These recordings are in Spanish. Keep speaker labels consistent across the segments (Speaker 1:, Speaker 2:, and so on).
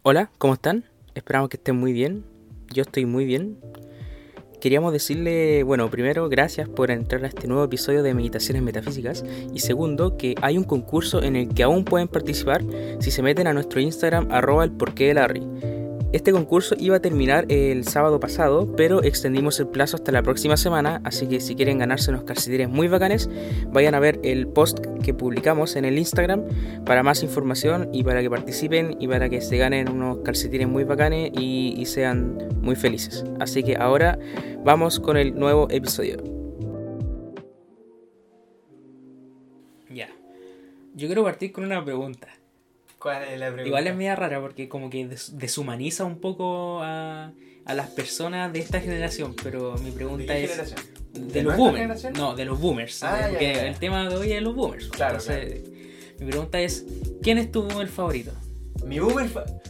Speaker 1: Hola, ¿cómo están? Esperamos que estén muy bien. Yo estoy muy bien. Queríamos decirle, bueno, primero, gracias por entrar a este nuevo episodio de Meditaciones Metafísicas. Y segundo, que hay un concurso en el que aún pueden participar si se meten a nuestro Instagram, @elporquedelarry. Este concurso iba a terminar el sábado pasado, pero extendimos el plazo hasta la próxima semana, así que si quieren ganarse unos calcetines muy bacanes, vayan a ver el post que publicamos en el Instagram para más información y para que participen y para que se ganen unos calcetines muy bacanes y sean muy felices. Así que ahora vamos con el nuevo episodio. Ya, yo quiero partir con una pregunta.
Speaker 2: ¿Cuál es la pregunta?
Speaker 1: Igual es media rara porque como que deshumaniza un poco a las personas de esta generación, pero mi pregunta
Speaker 2: ¿De qué
Speaker 1: es...
Speaker 2: generación?
Speaker 1: ¿De los boomers? Generación? No, de los boomers. Porque
Speaker 2: ya.
Speaker 1: El tema de hoy es los boomers.
Speaker 2: Claro,
Speaker 1: entonces, claro. Mi pregunta es, ¿quién es tu boomer favorito?
Speaker 2: Mi boomer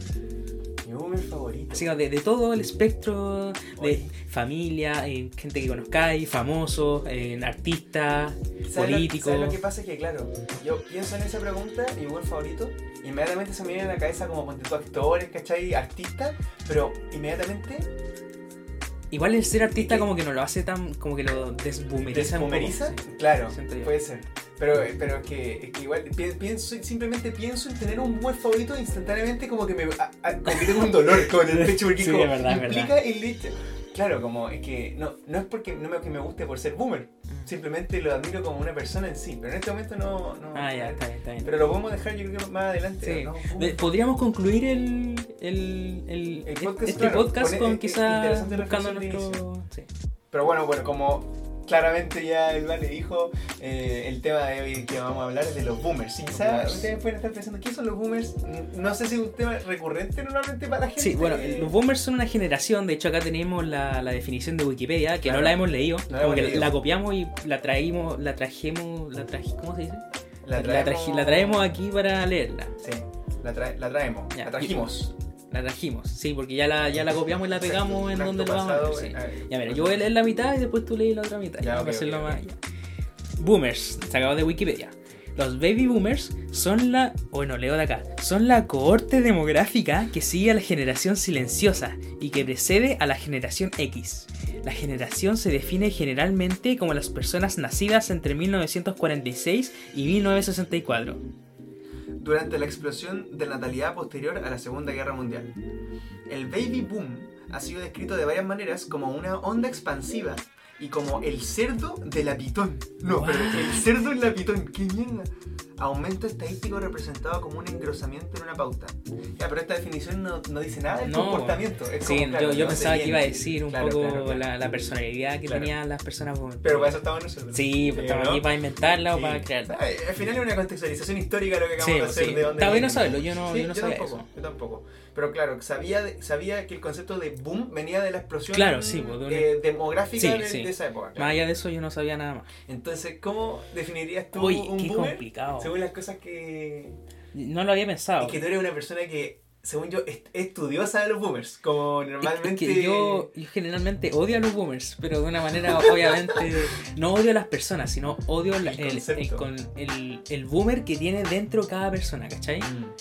Speaker 2: favorito.
Speaker 1: Sí, de todo el espectro de familia, gente que conozcáis, famosos, artistas, políticos.
Speaker 2: ¿Sabes lo que pasa? Es que claro, yo pienso en esa pregunta, mi boomer favorito, inmediatamente se me viene a la cabeza como ponte tú actores, ¿cachai? Artistas, pero inmediatamente...
Speaker 1: Igual el ser artista como que no lo hace tan... como que lo desboomeriza un poco.
Speaker 2: Sí. Claro, puede ser. Pero que igual simplemente pienso en tener un buen favorito instantáneamente como que como que tengo un dolor con el pecho porque
Speaker 1: sí,
Speaker 2: como
Speaker 1: verdad.
Speaker 2: Implica el hecho. Claro, como es que no es porque que me guste por ser boomer, simplemente lo admiro como una persona en sí, pero en este momento no.
Speaker 1: Ya, está bien.
Speaker 2: Pero lo podemos dejar yo creo que más adelante.
Speaker 1: Sí.
Speaker 2: ¿No?
Speaker 1: Podríamos concluir
Speaker 2: podcast,
Speaker 1: este podcast con quizás
Speaker 2: buscando nuestro... Sí. Pero bueno, como claramente ya el Vale dijo, el tema de hoy que vamos a hablar es de los boomers. ¿Sí? Quizás ustedes pueden estar pensando, ¿qué son los boomers? No sé si es un tema recurrente normalmente para la gente.
Speaker 1: Sí, bueno, los boomers son una generación. De hecho, acá tenemos la definición de Wikipedia, que claro, no la hemos leído. La copiamos y ¿cómo se dice? La traemos aquí para leerla.
Speaker 2: Sí, la traemos. Ya, la trajimos.
Speaker 1: La trajimos, sí, porque ya la copiamos y la pegamos en donde lo vamos a ver. Sí. Ya mira, yo voy a leer la mitad y después tú lees la otra mitad.
Speaker 2: Ya,
Speaker 1: okay. Boomers, sacado de Wikipedia. Los baby boomers son leo de acá. Son la cohorte demográfica que sigue a la generación silenciosa y que precede a la generación X. La generación se define generalmente como las personas nacidas entre 1946 y 1964.
Speaker 2: Durante la explosión de la natalidad posterior a la Segunda Guerra Mundial. El baby boom ha sido descrito de varias maneras como una onda expansiva y como el cerdo de la pitón. No, pero el cerdo de la pitón, qué mierda. Aumento estadístico representado como un engrosamiento en una pauta. Ya, pero esta definición no dice nada del comportamiento. Es
Speaker 1: sí,
Speaker 2: como, claro,
Speaker 1: yo pensaba que iba a decir un poco
Speaker 2: claro.
Speaker 1: La personalidad que tenían las personas.
Speaker 2: Pero para eso estamos nosotros.
Speaker 1: Sí, pues estamos aquí para inventarla o para crearla.
Speaker 2: Al final es una contextualización histórica lo que acabamos de hacer.
Speaker 1: Sí.
Speaker 2: De dónde
Speaker 1: está bueno saberlo, yo no sabía
Speaker 2: tampoco,
Speaker 1: eso.
Speaker 2: Yo tampoco. Pero claro, sabía que el concepto de boom venía de la explosión demográfica de esa época. Claro.
Speaker 1: Más allá de eso yo no sabía nada más.
Speaker 2: Entonces, ¿cómo definirías tú un
Speaker 1: qué
Speaker 2: boomer?
Speaker 1: Complicado.
Speaker 2: Según las cosas que...
Speaker 1: No lo había pensado.
Speaker 2: Es que tú eres una persona que, según yo, es estudiosa de los boomers. Como normalmente...
Speaker 1: Es que yo generalmente odio a los boomers, pero de una manera, obviamente, no odio a las personas, sino odio el boomer que tiene dentro cada persona, ¿cachai?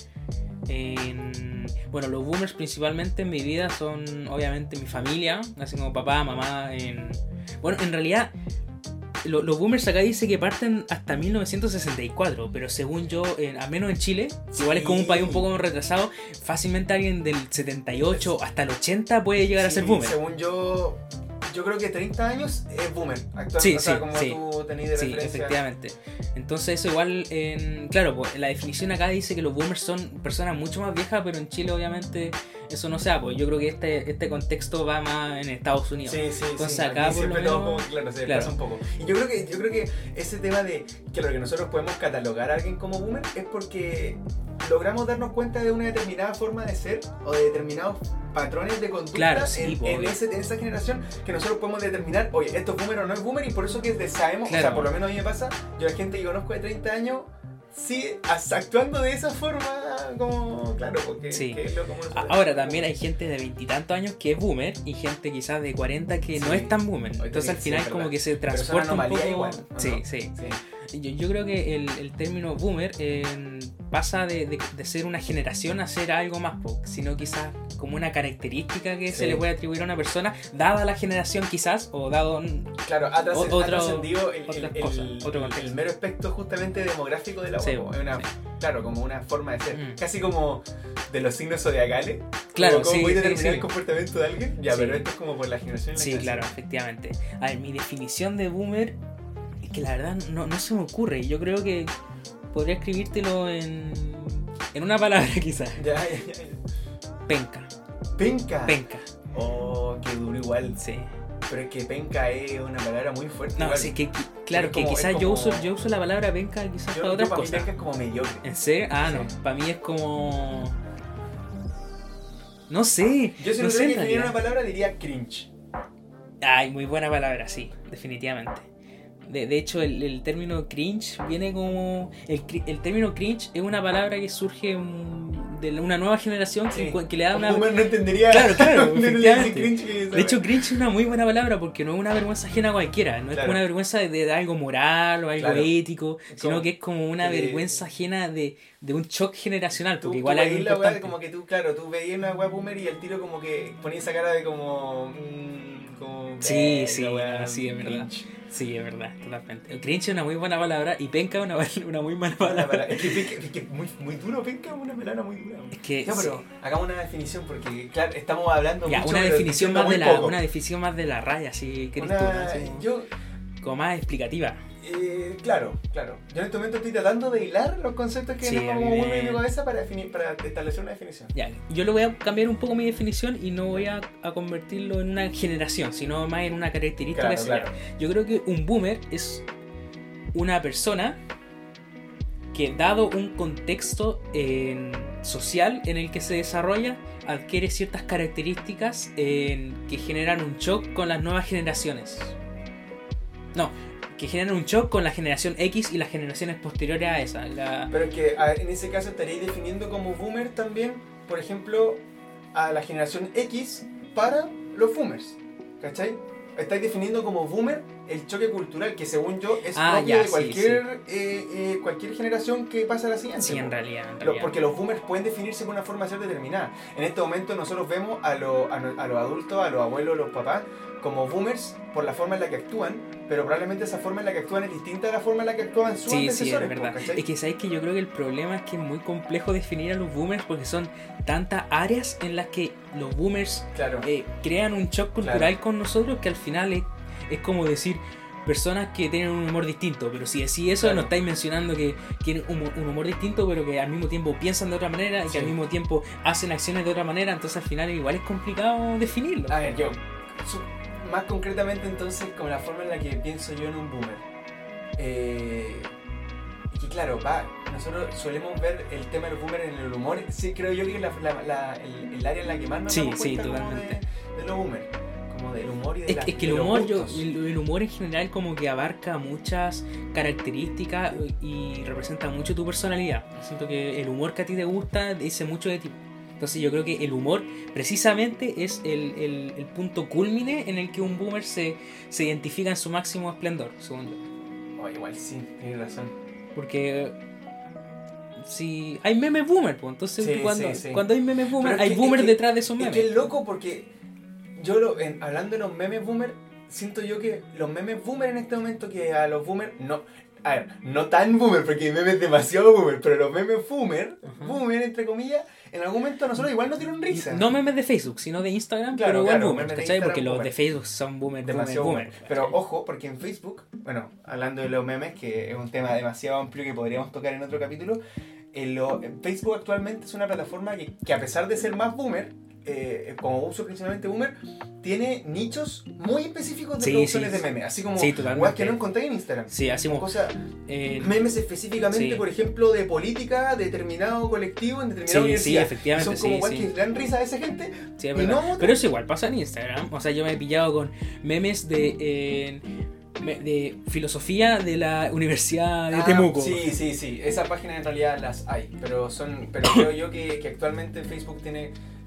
Speaker 1: Bueno, los boomers principalmente en mi vida son obviamente mi familia, así como papá, mamá. Bueno, en realidad los boomers acá dice que parten hasta 1964, pero según yo, al menos en Chile, igual es como un país un poco retrasado, fácilmente alguien del 78 hasta el 80 puede llegar a ser boomer.
Speaker 2: Según yo creo que 30 años es boomer. Actualmente, tú tenés de referencia.
Speaker 1: Sí, efectivamente. Entonces eso igual, claro, pues la definición acá dice que los boomers son personas mucho más viejas, pero en Chile obviamente eso no se da, pues yo creo que este contexto va más en Estados Unidos.
Speaker 2: Sí.
Speaker 1: Entonces acá por lo menos...
Speaker 2: Claro, pasa un poco. Y yo creo que ese tema de que lo que nosotros podemos catalogar a alguien como boomer es porque logramos darnos cuenta de una determinada forma de ser o de determinados patrones de conducta en esa generación que nosotros podemos determinar, oye, esto es boomer o no es boomer, y por eso que sabemos, claro. O sea, por lo menos a mí me pasa, yo la gente que conozco de 30 años sigue actuando de esa forma, como, claro, porque
Speaker 1: sí.
Speaker 2: Que es lo como
Speaker 1: ahora también hay gente de 20 y tantos años que es boomer y gente quizás de 40 que no es tan boomer, entonces al final como que se transporta un poco igual, ¿no? Sí. Yo creo que el término boomer pasa de ser una generación a ser algo más, sino quizás como una característica que se le puede atribuir a una persona, dada la generación quizás, o dado...
Speaker 2: Claro, ha trascendido el mero aspecto justamente demográfico de la web. Claro, como una forma de ser. Casi como de los signos zodiacales.
Speaker 1: Claro,
Speaker 2: como voy a determinar el comportamiento de alguien. Ya, pero esto es como por la generación.
Speaker 1: Sí, claro, efectivamente. A ver, mi definición de boomer es que la verdad no se me ocurre. Yo creo que podría escribírtelo en una palabra quizás.
Speaker 2: Ya.
Speaker 1: Penca.
Speaker 2: Penca. Oh, qué duro igual.
Speaker 1: Sí.
Speaker 2: Pero es que penca es una palabra muy fuerte.
Speaker 1: No, sí, que claro, que quizás yo uso la palabra penca quizás para otras cosas.
Speaker 2: Penca es como mediocre.
Speaker 1: ¿En serio? Ah, sí. No, para mí es como... No sé.
Speaker 2: Yo si no sé que definir una palabra diría cringe.
Speaker 1: Ay, muy buena palabra, sí, definitivamente. De hecho, el término cringe viene como... El término cringe es una palabra que surge de una nueva generación que le da una...
Speaker 2: Un no entendería...
Speaker 1: Claro, efectivamente.
Speaker 2: Cringe,
Speaker 1: de hecho, cringe es una muy buena palabra porque no es una vergüenza ajena a cualquiera. No es como una vergüenza de algo moral o algo ético, sino que es como una vergüenza ajena de un shock generacional. Porque igual
Speaker 2: tú
Speaker 1: algo importante.
Speaker 2: Como que tú veías una wea boomer y el tiro como que ponía esa cara de como...
Speaker 1: sí, sí, es verdad. Sí, es verdad, totalmente. El cringe es una muy buena palabra y penca es una muy mala palabra.
Speaker 2: Es que muy duro, penca es una palabra muy dura.
Speaker 1: Es que...
Speaker 2: Ya, pero hagamos una definición porque, claro, estamos hablando
Speaker 1: ya,
Speaker 2: mucho,
Speaker 1: una definición más de la raya, si querés como más explicativa.
Speaker 2: Claro. Yo en este momento estoy tratando de hilar los conceptos que tenemos como muy en mi cabeza para establecer una definición.
Speaker 1: Ya, yo le voy a cambiar un poco mi definición y no voy a convertirlo en una generación, sino más en una característica. Claro. Yo creo que un boomer es una persona que, dado un contexto social en el que se desarrolla, adquiere ciertas características que generan un shock con las nuevas generaciones. Que generan un shock con la generación X y las generaciones posteriores a esa.
Speaker 2: Pero es que en ese caso estaréis definiendo como boomer también, por ejemplo, a la generación X para los boomers, ¿cachai? Estáis definiendo como boomer el choque cultural que, según yo, es propio de cualquier generación que pasa a la siguiente.
Speaker 1: Sí, en realidad.
Speaker 2: Porque los boomers pueden definirse por una forma de ser determinada. En este momento nosotros vemos a los adultos, a los abuelos, a los papás, como boomers por la forma en la que actúan, pero probablemente esa forma en la que actúan es distinta a la forma en la que actúan sus antecesores.
Speaker 1: Sí, es verdad. Es que sabéis que yo creo que el problema es que es muy complejo definir a los boomers porque son tantas áreas en las que los boomers crean un shock cultural con nosotros que al final es como decir personas que tienen un humor distinto, pero si decís eso no estáis mencionando que tienen un humor distinto pero que al mismo tiempo piensan de otra manera y que al mismo tiempo hacen acciones de otra manera, entonces al final igual es complicado definirlo.
Speaker 2: A ver, más concretamente entonces como la forma en la que pienso yo en un boomer, y que claro, nosotros solemos ver el tema de los boomers en el humor. Sí, creo yo que es el área en la que más nos damos cuenta
Speaker 1: totalmente.
Speaker 2: De los boomers, como del humor y de
Speaker 1: es que el humor en general como que abarca muchas características y representa mucho tu personalidad. Siento que el humor que a ti te gusta dice mucho de ti. Entonces yo creo que el humor precisamente es el punto cúlmine en el que un boomer se identifica en su máximo esplendor, según yo.
Speaker 2: Igual sí, tienes razón.
Speaker 1: Porque si hay memes boomer, pues entonces cuando hay memes boomer, hay boomers detrás de esos memes.
Speaker 2: Es que es loco porque yo hablando de los memes boomer, siento yo que los memes boomer en este momento, que a los boomers no tan boomer, porque hay memes demasiado boomer, pero los memes boomer entre comillas, en algún momento a nosotros igual nos dieron risa.
Speaker 1: No memes de Facebook, sino de Instagram, pero igual boomers, ¿cachai? Porque los de Facebook son boomers,
Speaker 2: demasiado boomer. Pero ojo, porque en Facebook, hablando de los memes, que es un tema demasiado amplio que podríamos tocar en otro capítulo, en Facebook actualmente es una plataforma que a pesar de ser más boomer, como uso principalmente boomer, tiene nichos muy específicos de producciones de memes, así como weas que no encontré en Instagram.
Speaker 1: Sí, así como
Speaker 2: memes específicamente, por ejemplo, de política, de determinado colectivo, en determinada universidad.
Speaker 1: Sí, efectivamente.
Speaker 2: Y son como weas que dan risa a esa gente.
Speaker 1: Sí, es verdad. Pero eso igual pasa en Instagram. O sea, yo me he pillado con memes de filosofía de la Universidad de Temuco.
Speaker 2: Sí. Esas páginas en realidad las hay, pero creo yo que actualmente Facebook tiene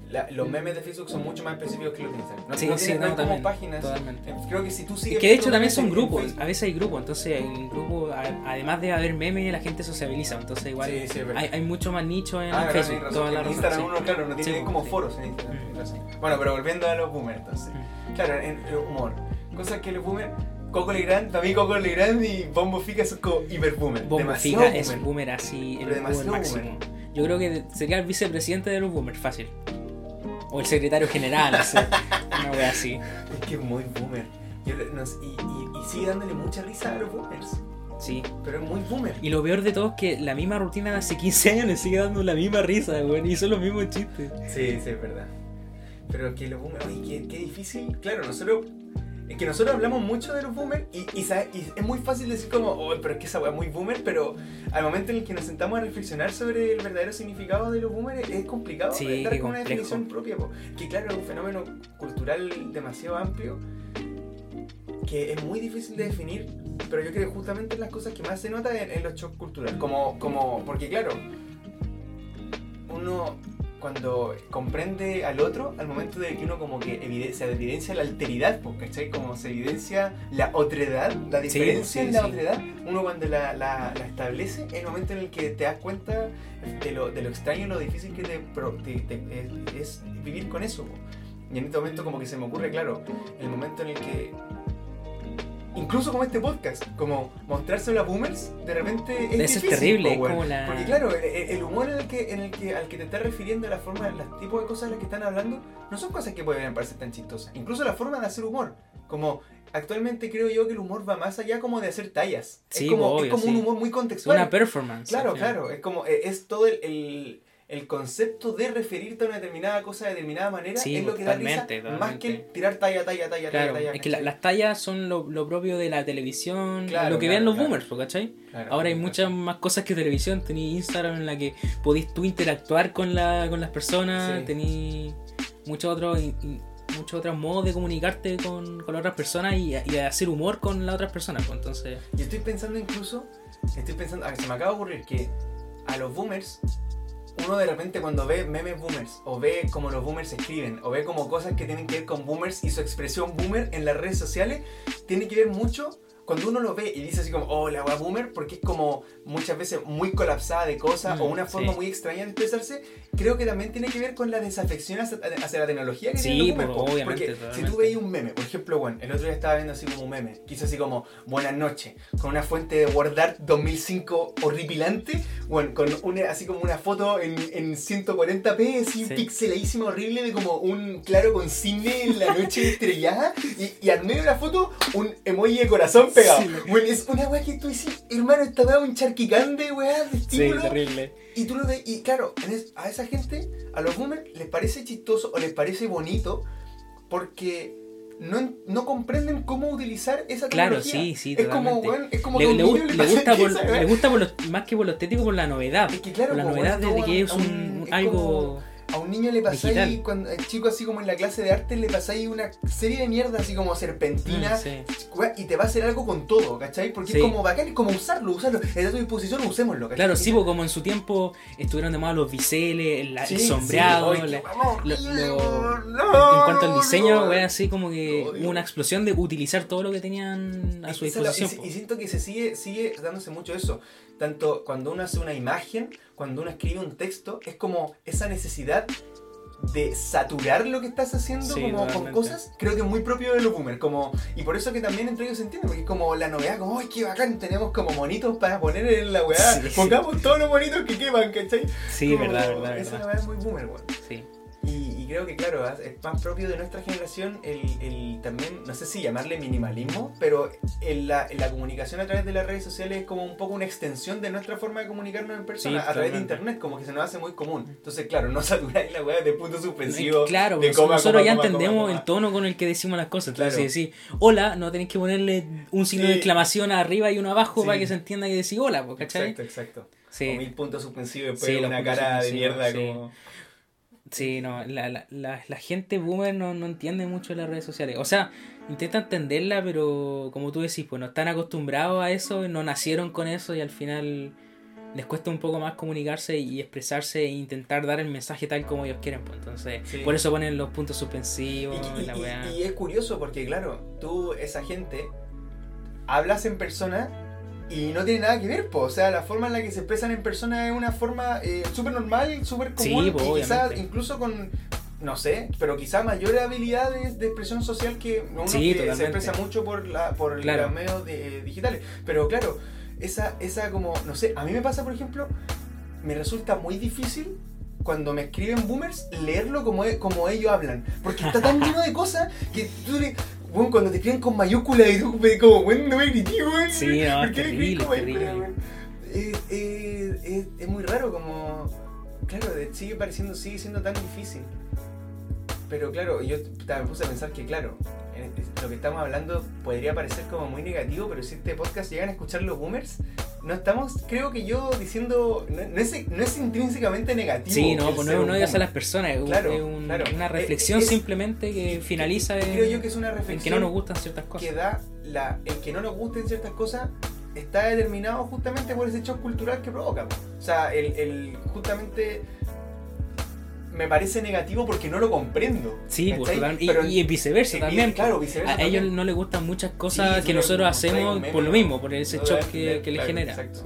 Speaker 2: los memes de Facebook son mucho más específicos que los de Instagram. No,
Speaker 1: Sí,
Speaker 2: no
Speaker 1: sí,
Speaker 2: tienen
Speaker 1: no,
Speaker 2: como
Speaker 1: también,
Speaker 2: páginas.
Speaker 1: totalmente.
Speaker 2: Creo que si tú sigues...
Speaker 1: Es que de hecho
Speaker 2: viendo
Speaker 1: también
Speaker 2: memes
Speaker 1: son
Speaker 2: en
Speaker 1: grupos,
Speaker 2: Facebook-
Speaker 1: a veces hay grupos, entonces en grupo, además de haber memes, la gente sociabiliza, entonces igual
Speaker 2: Sí, sí, es verdad.
Speaker 1: hay mucho más nicho en
Speaker 2: verdad,
Speaker 1: Facebook,
Speaker 2: tenés razón.
Speaker 1: toda la
Speaker 2: En
Speaker 1: razón,
Speaker 2: Instagram
Speaker 1: sí.
Speaker 2: uno, claro, no tiene
Speaker 1: Sí,
Speaker 2: como
Speaker 1: sí.
Speaker 2: foros en Instagram. tenés razón. Bueno, pero volviendo a los boomers, entonces. Claro, en el humor. Cosas que los boomers... Coco Legrand, para mí Coco Legrand y Bombo Fica son como hiper boomer.
Speaker 1: Bombo
Speaker 2: Demasiado
Speaker 1: Fica es
Speaker 2: boomer.
Speaker 1: boomer así,
Speaker 2: Pero
Speaker 1: el boomer
Speaker 2: demasiado
Speaker 1: máximo. Yo creo que sería el vicepresidente de los boomers, fácil. O el secretario general, no sé, una wea así.
Speaker 2: Es que es muy boomer. Y sigue dándole mucha risa a los boomers.
Speaker 1: Sí.
Speaker 2: Pero es muy boomer.
Speaker 1: Y lo peor de todo es que la misma rutina de hace 15 años le sigue dando la misma risa, güey, y son los mismos chistes.
Speaker 2: Sí, sí, es verdad. Pero que los boomers, oye, qué difícil. Claro, es que nosotros hablamos mucho de los boomers y es muy fácil decir como, oh, pero es que esa weá es muy boomer, pero al momento en el que nos sentamos a reflexionar sobre el verdadero significado de los boomers es complicado
Speaker 1: Sí,
Speaker 2: dar
Speaker 1: qué
Speaker 2: con una
Speaker 1: complejo.
Speaker 2: definición propia. Que claro, es un fenómeno cultural demasiado amplio que es muy difícil de definir, pero yo creo que justamente en las cosas que más se nota en los shocks culturales. Porque claro, uno cuando comprende al otro, al momento de que uno como que se evidencia la alteridad, ¿cachai? Como se evidencia la otredad, la diferencia
Speaker 1: sí,
Speaker 2: en la
Speaker 1: sí.
Speaker 2: otredad, uno cuando la establece, es el momento en el que te das cuenta de lo extraño y lo difícil que es vivir con eso. Y en este momento como que se me ocurre, claro, el momento en el que incluso como este podcast, como mostrárselo a boomers, de repente es
Speaker 1: Eso
Speaker 2: difícil,
Speaker 1: es terrible, es
Speaker 2: weón.
Speaker 1: como la...
Speaker 2: Porque claro, el humor al que te estás refiriendo, la forma, los tipos de cosas de las que están hablando, no son cosas que pueden parecer tan chistosas. Incluso la forma de hacer humor, como actualmente creo yo que el humor va más allá como de hacer tallas.
Speaker 1: Sí,
Speaker 2: es como
Speaker 1: obvio,
Speaker 2: un
Speaker 1: sí.
Speaker 2: humor muy contextual.
Speaker 1: Una performance.
Speaker 2: Claro,
Speaker 1: al final.
Speaker 2: claro, es como, es todo el concepto de referirte a una determinada cosa de determinada manera,
Speaker 1: Sí,
Speaker 2: es lo que da risa,
Speaker 1: totalmente.
Speaker 2: más que el tirar talla,
Speaker 1: Claro, es que
Speaker 2: ¿cachai?
Speaker 1: las tallas son lo propio de la televisión,
Speaker 2: Claro,
Speaker 1: lo que
Speaker 2: claro,
Speaker 1: vean los
Speaker 2: claro.
Speaker 1: boomers, ¿cachai?
Speaker 2: Claro,
Speaker 1: Ahora hay
Speaker 2: claro.
Speaker 1: muchas más cosas que televisión, tenéis Instagram en la que podéis tú interactuar con las personas,
Speaker 2: Sí.
Speaker 1: tenéis muchos otros modos de comunicarte con las otras personas y hacer humor con las otras personas, pues, entonces...
Speaker 2: Y estoy pensando, se me acaba de ocurrir que a los boomers, uno de repente cuando ve memes boomers, o ve como los boomers escriben, o ve como cosas que tienen que ver con boomers y su expresión boomer en las redes sociales, tiene que ver mucho cuando uno lo ve y dice así como, oh, la wea boomer, porque es como muchas veces muy colapsada de cosas o una forma
Speaker 1: sí.
Speaker 2: muy extraña de expresarse, creo que también tiene que ver con la desafección hacia la tecnología que
Speaker 1: Sí,
Speaker 2: tienen los
Speaker 1: pues,
Speaker 2: boomers.
Speaker 1: obviamente,
Speaker 2: Porque si
Speaker 1: totalmente.
Speaker 2: tú veis un meme, por ejemplo, bueno, el otro día estaba viendo así como un meme, que hizo así como, buenas noches, con una fuente de WordArt 2005 horripilante, bueno, con así como una foto en 140p, así
Speaker 1: Sí.
Speaker 2: pixeladísima, horrible, de como un claro consigne en la noche estrellada, y al medio de la foto un emoji de corazón pegado.
Speaker 1: Sí.
Speaker 2: Bueno, es una weá que tú dices, hermano, esta weá es un charquicán de weá, de
Speaker 1: Sí,
Speaker 2: estímulo.
Speaker 1: terrible.
Speaker 2: Y tú lo ves, y claro, a esa gente, a los boomers, les parece chistoso o les parece bonito porque no comprenden cómo utilizar esa
Speaker 1: Claro,
Speaker 2: tecnología.
Speaker 1: sí,
Speaker 2: es como,
Speaker 1: totalmente.
Speaker 2: weón, es como que a un
Speaker 1: Le
Speaker 2: niño le pasa
Speaker 1: gusta
Speaker 2: esa weá.
Speaker 1: le gusta más que por lo estético, por la novedad.
Speaker 2: Es que claro,
Speaker 1: por la
Speaker 2: pues,
Speaker 1: novedad
Speaker 2: bueno,
Speaker 1: de que es
Speaker 2: a es
Speaker 1: algo...
Speaker 2: a un niño le pasáis,
Speaker 1: digital.
Speaker 2: cuando el chico así como en la clase de arte, le pasáis una serie de mierda así como serpentina,
Speaker 1: sí.
Speaker 2: y te va a hacer algo con todo, ¿cachai? Porque
Speaker 1: Sí.
Speaker 2: es como bacán, es como usarlo, está a tu disposición, usémoslo, ¿cachai?
Speaker 1: Claro, sí, porque como en su tiempo estuvieron de moda los biseles, el
Speaker 2: Sí,
Speaker 1: sombreado,
Speaker 2: sí, oye,
Speaker 1: en cuanto al diseño,
Speaker 2: no.
Speaker 1: güey, así como que
Speaker 2: No,
Speaker 1: hubo una explosión de utilizar todo lo que tenían a su disposición.
Speaker 2: Y siento que se sigue dándose mucho eso. Tanto cuando uno hace una imagen, cuando uno escribe un texto, es como esa necesidad de saturar lo que estás haciendo
Speaker 1: Sí,
Speaker 2: como con
Speaker 1: totalmente.
Speaker 2: cosas, creo que es muy propio de los boomers. Y por eso que también entre ellos se entiende, porque es como la novedad, como, ¡ay, qué bacán! Tenemos como monitos para poner en la weá.
Speaker 1: Sí.
Speaker 2: Pongamos todos los monitos que quepan, ¿cachai?
Speaker 1: Sí,
Speaker 2: Como,
Speaker 1: verdad.
Speaker 2: Esa novedad es muy boomer, weón.
Speaker 1: Sí.
Speaker 2: Y creo que, claro, es más propio de nuestra generación el también, no sé si llamarle minimalismo, pero la comunicación a través de las redes sociales es como un poco una extensión de nuestra forma de comunicarnos en persona,
Speaker 1: Sí,
Speaker 2: a través de
Speaker 1: totalmente.
Speaker 2: internet, como que se nos hace muy común. Entonces, claro, no saturáis la weá de punto suspensivo.
Speaker 1: Claro,
Speaker 2: de
Speaker 1: nosotros ya
Speaker 2: coma,
Speaker 1: entendemos
Speaker 2: coma.
Speaker 1: el tono con el que decimos las cosas. Entonces,
Speaker 2: Claro.
Speaker 1: si decís hola, no tenés que ponerle un signo
Speaker 2: Sí.
Speaker 1: de exclamación arriba y uno abajo
Speaker 2: Sí.
Speaker 1: para que se entienda que decís hola, pues, ¿cachai?
Speaker 2: Exacto.
Speaker 1: Sí.
Speaker 2: O 1000 puntos suspensivos después
Speaker 1: Sí,
Speaker 2: de
Speaker 1: los
Speaker 2: una
Speaker 1: puntos
Speaker 2: cara de
Speaker 1: suspensivos,
Speaker 2: mierda
Speaker 1: sí.
Speaker 2: como...
Speaker 1: Sí, no, la gente boomer no entiende mucho las redes sociales. O sea, intenta entenderla, pero como tú decís, pues no están acostumbrados a eso, no nacieron con eso y al final les cuesta un poco más comunicarse y expresarse e intentar dar el mensaje tal como ellos quieren, pues. Entonces,
Speaker 2: Sí.
Speaker 1: por eso ponen los puntos suspensivos, la
Speaker 2: Y,
Speaker 1: weá.
Speaker 2: y es curioso porque, claro, tú, esa gente, hablas en persona y no tiene nada que ver, po. O sea, la forma en la que se expresan en persona es una forma súper normal, súper común,
Speaker 1: Sí, po,
Speaker 2: y quizás
Speaker 1: obviamente.
Speaker 2: incluso con, no sé, pero quizás mayores habilidades de expresión social que uno
Speaker 1: Sí,
Speaker 2: que se
Speaker 1: totalmente.
Speaker 2: expresa mucho por
Speaker 1: Claro.
Speaker 2: los medios digitales. Pero claro, esa como, no sé, a mí me pasa, por ejemplo, me resulta muy difícil cuando me escriben boomers leerlo como ellos hablan, porque está tan lleno de cosas que tú bueno, cuando te escriben con mayúsculas y tú como, bueno, no me grité, weón.
Speaker 1: Sí, no,
Speaker 2: ¿Por
Speaker 1: es
Speaker 2: qué le escribís
Speaker 1: terrible,
Speaker 2: con
Speaker 1: es
Speaker 2: mayúsculas,
Speaker 1: terrible.
Speaker 2: weón? Es muy raro, como, claro, sigue siendo tan difícil. Pero claro, yo me puse a pensar que, claro, lo que estamos hablando podría parecer como muy negativo, pero si este podcast llegan a escuchar los boomers, no estamos, creo que yo diciendo, no es intrínsecamente negativo.
Speaker 1: Sí, no,
Speaker 2: el
Speaker 1: pues
Speaker 2: ser
Speaker 1: no
Speaker 2: un
Speaker 1: es a
Speaker 2: boomer.
Speaker 1: las personas, es,
Speaker 2: Claro,
Speaker 1: claro, una
Speaker 2: es-
Speaker 1: reflexión
Speaker 2: es-
Speaker 1: simplemente que finaliza
Speaker 2: Creo yo que es una
Speaker 1: en que
Speaker 2: reflexión
Speaker 1: no nos gustan ciertas cosas.
Speaker 2: que da el que no nos gusten ciertas cosas está determinado justamente por ese shock cultural que provoca. Po. O sea, justamente me parece negativo porque no lo comprendo.
Speaker 1: Sí, pues,
Speaker 2: ¿cachai?
Speaker 1: total,
Speaker 2: Pero-
Speaker 1: y viceversa también.
Speaker 2: Claro,
Speaker 1: pues.
Speaker 2: viceversa.
Speaker 1: A ellos
Speaker 2: también.
Speaker 1: no les gustan muchas cosas
Speaker 2: Sí,
Speaker 1: que nosotros hacemos
Speaker 2: un meme,
Speaker 1: por lo mismo, por ese
Speaker 2: no
Speaker 1: shock
Speaker 2: lo voy a
Speaker 1: que les
Speaker 2: claro,
Speaker 1: genera.
Speaker 2: Exacto.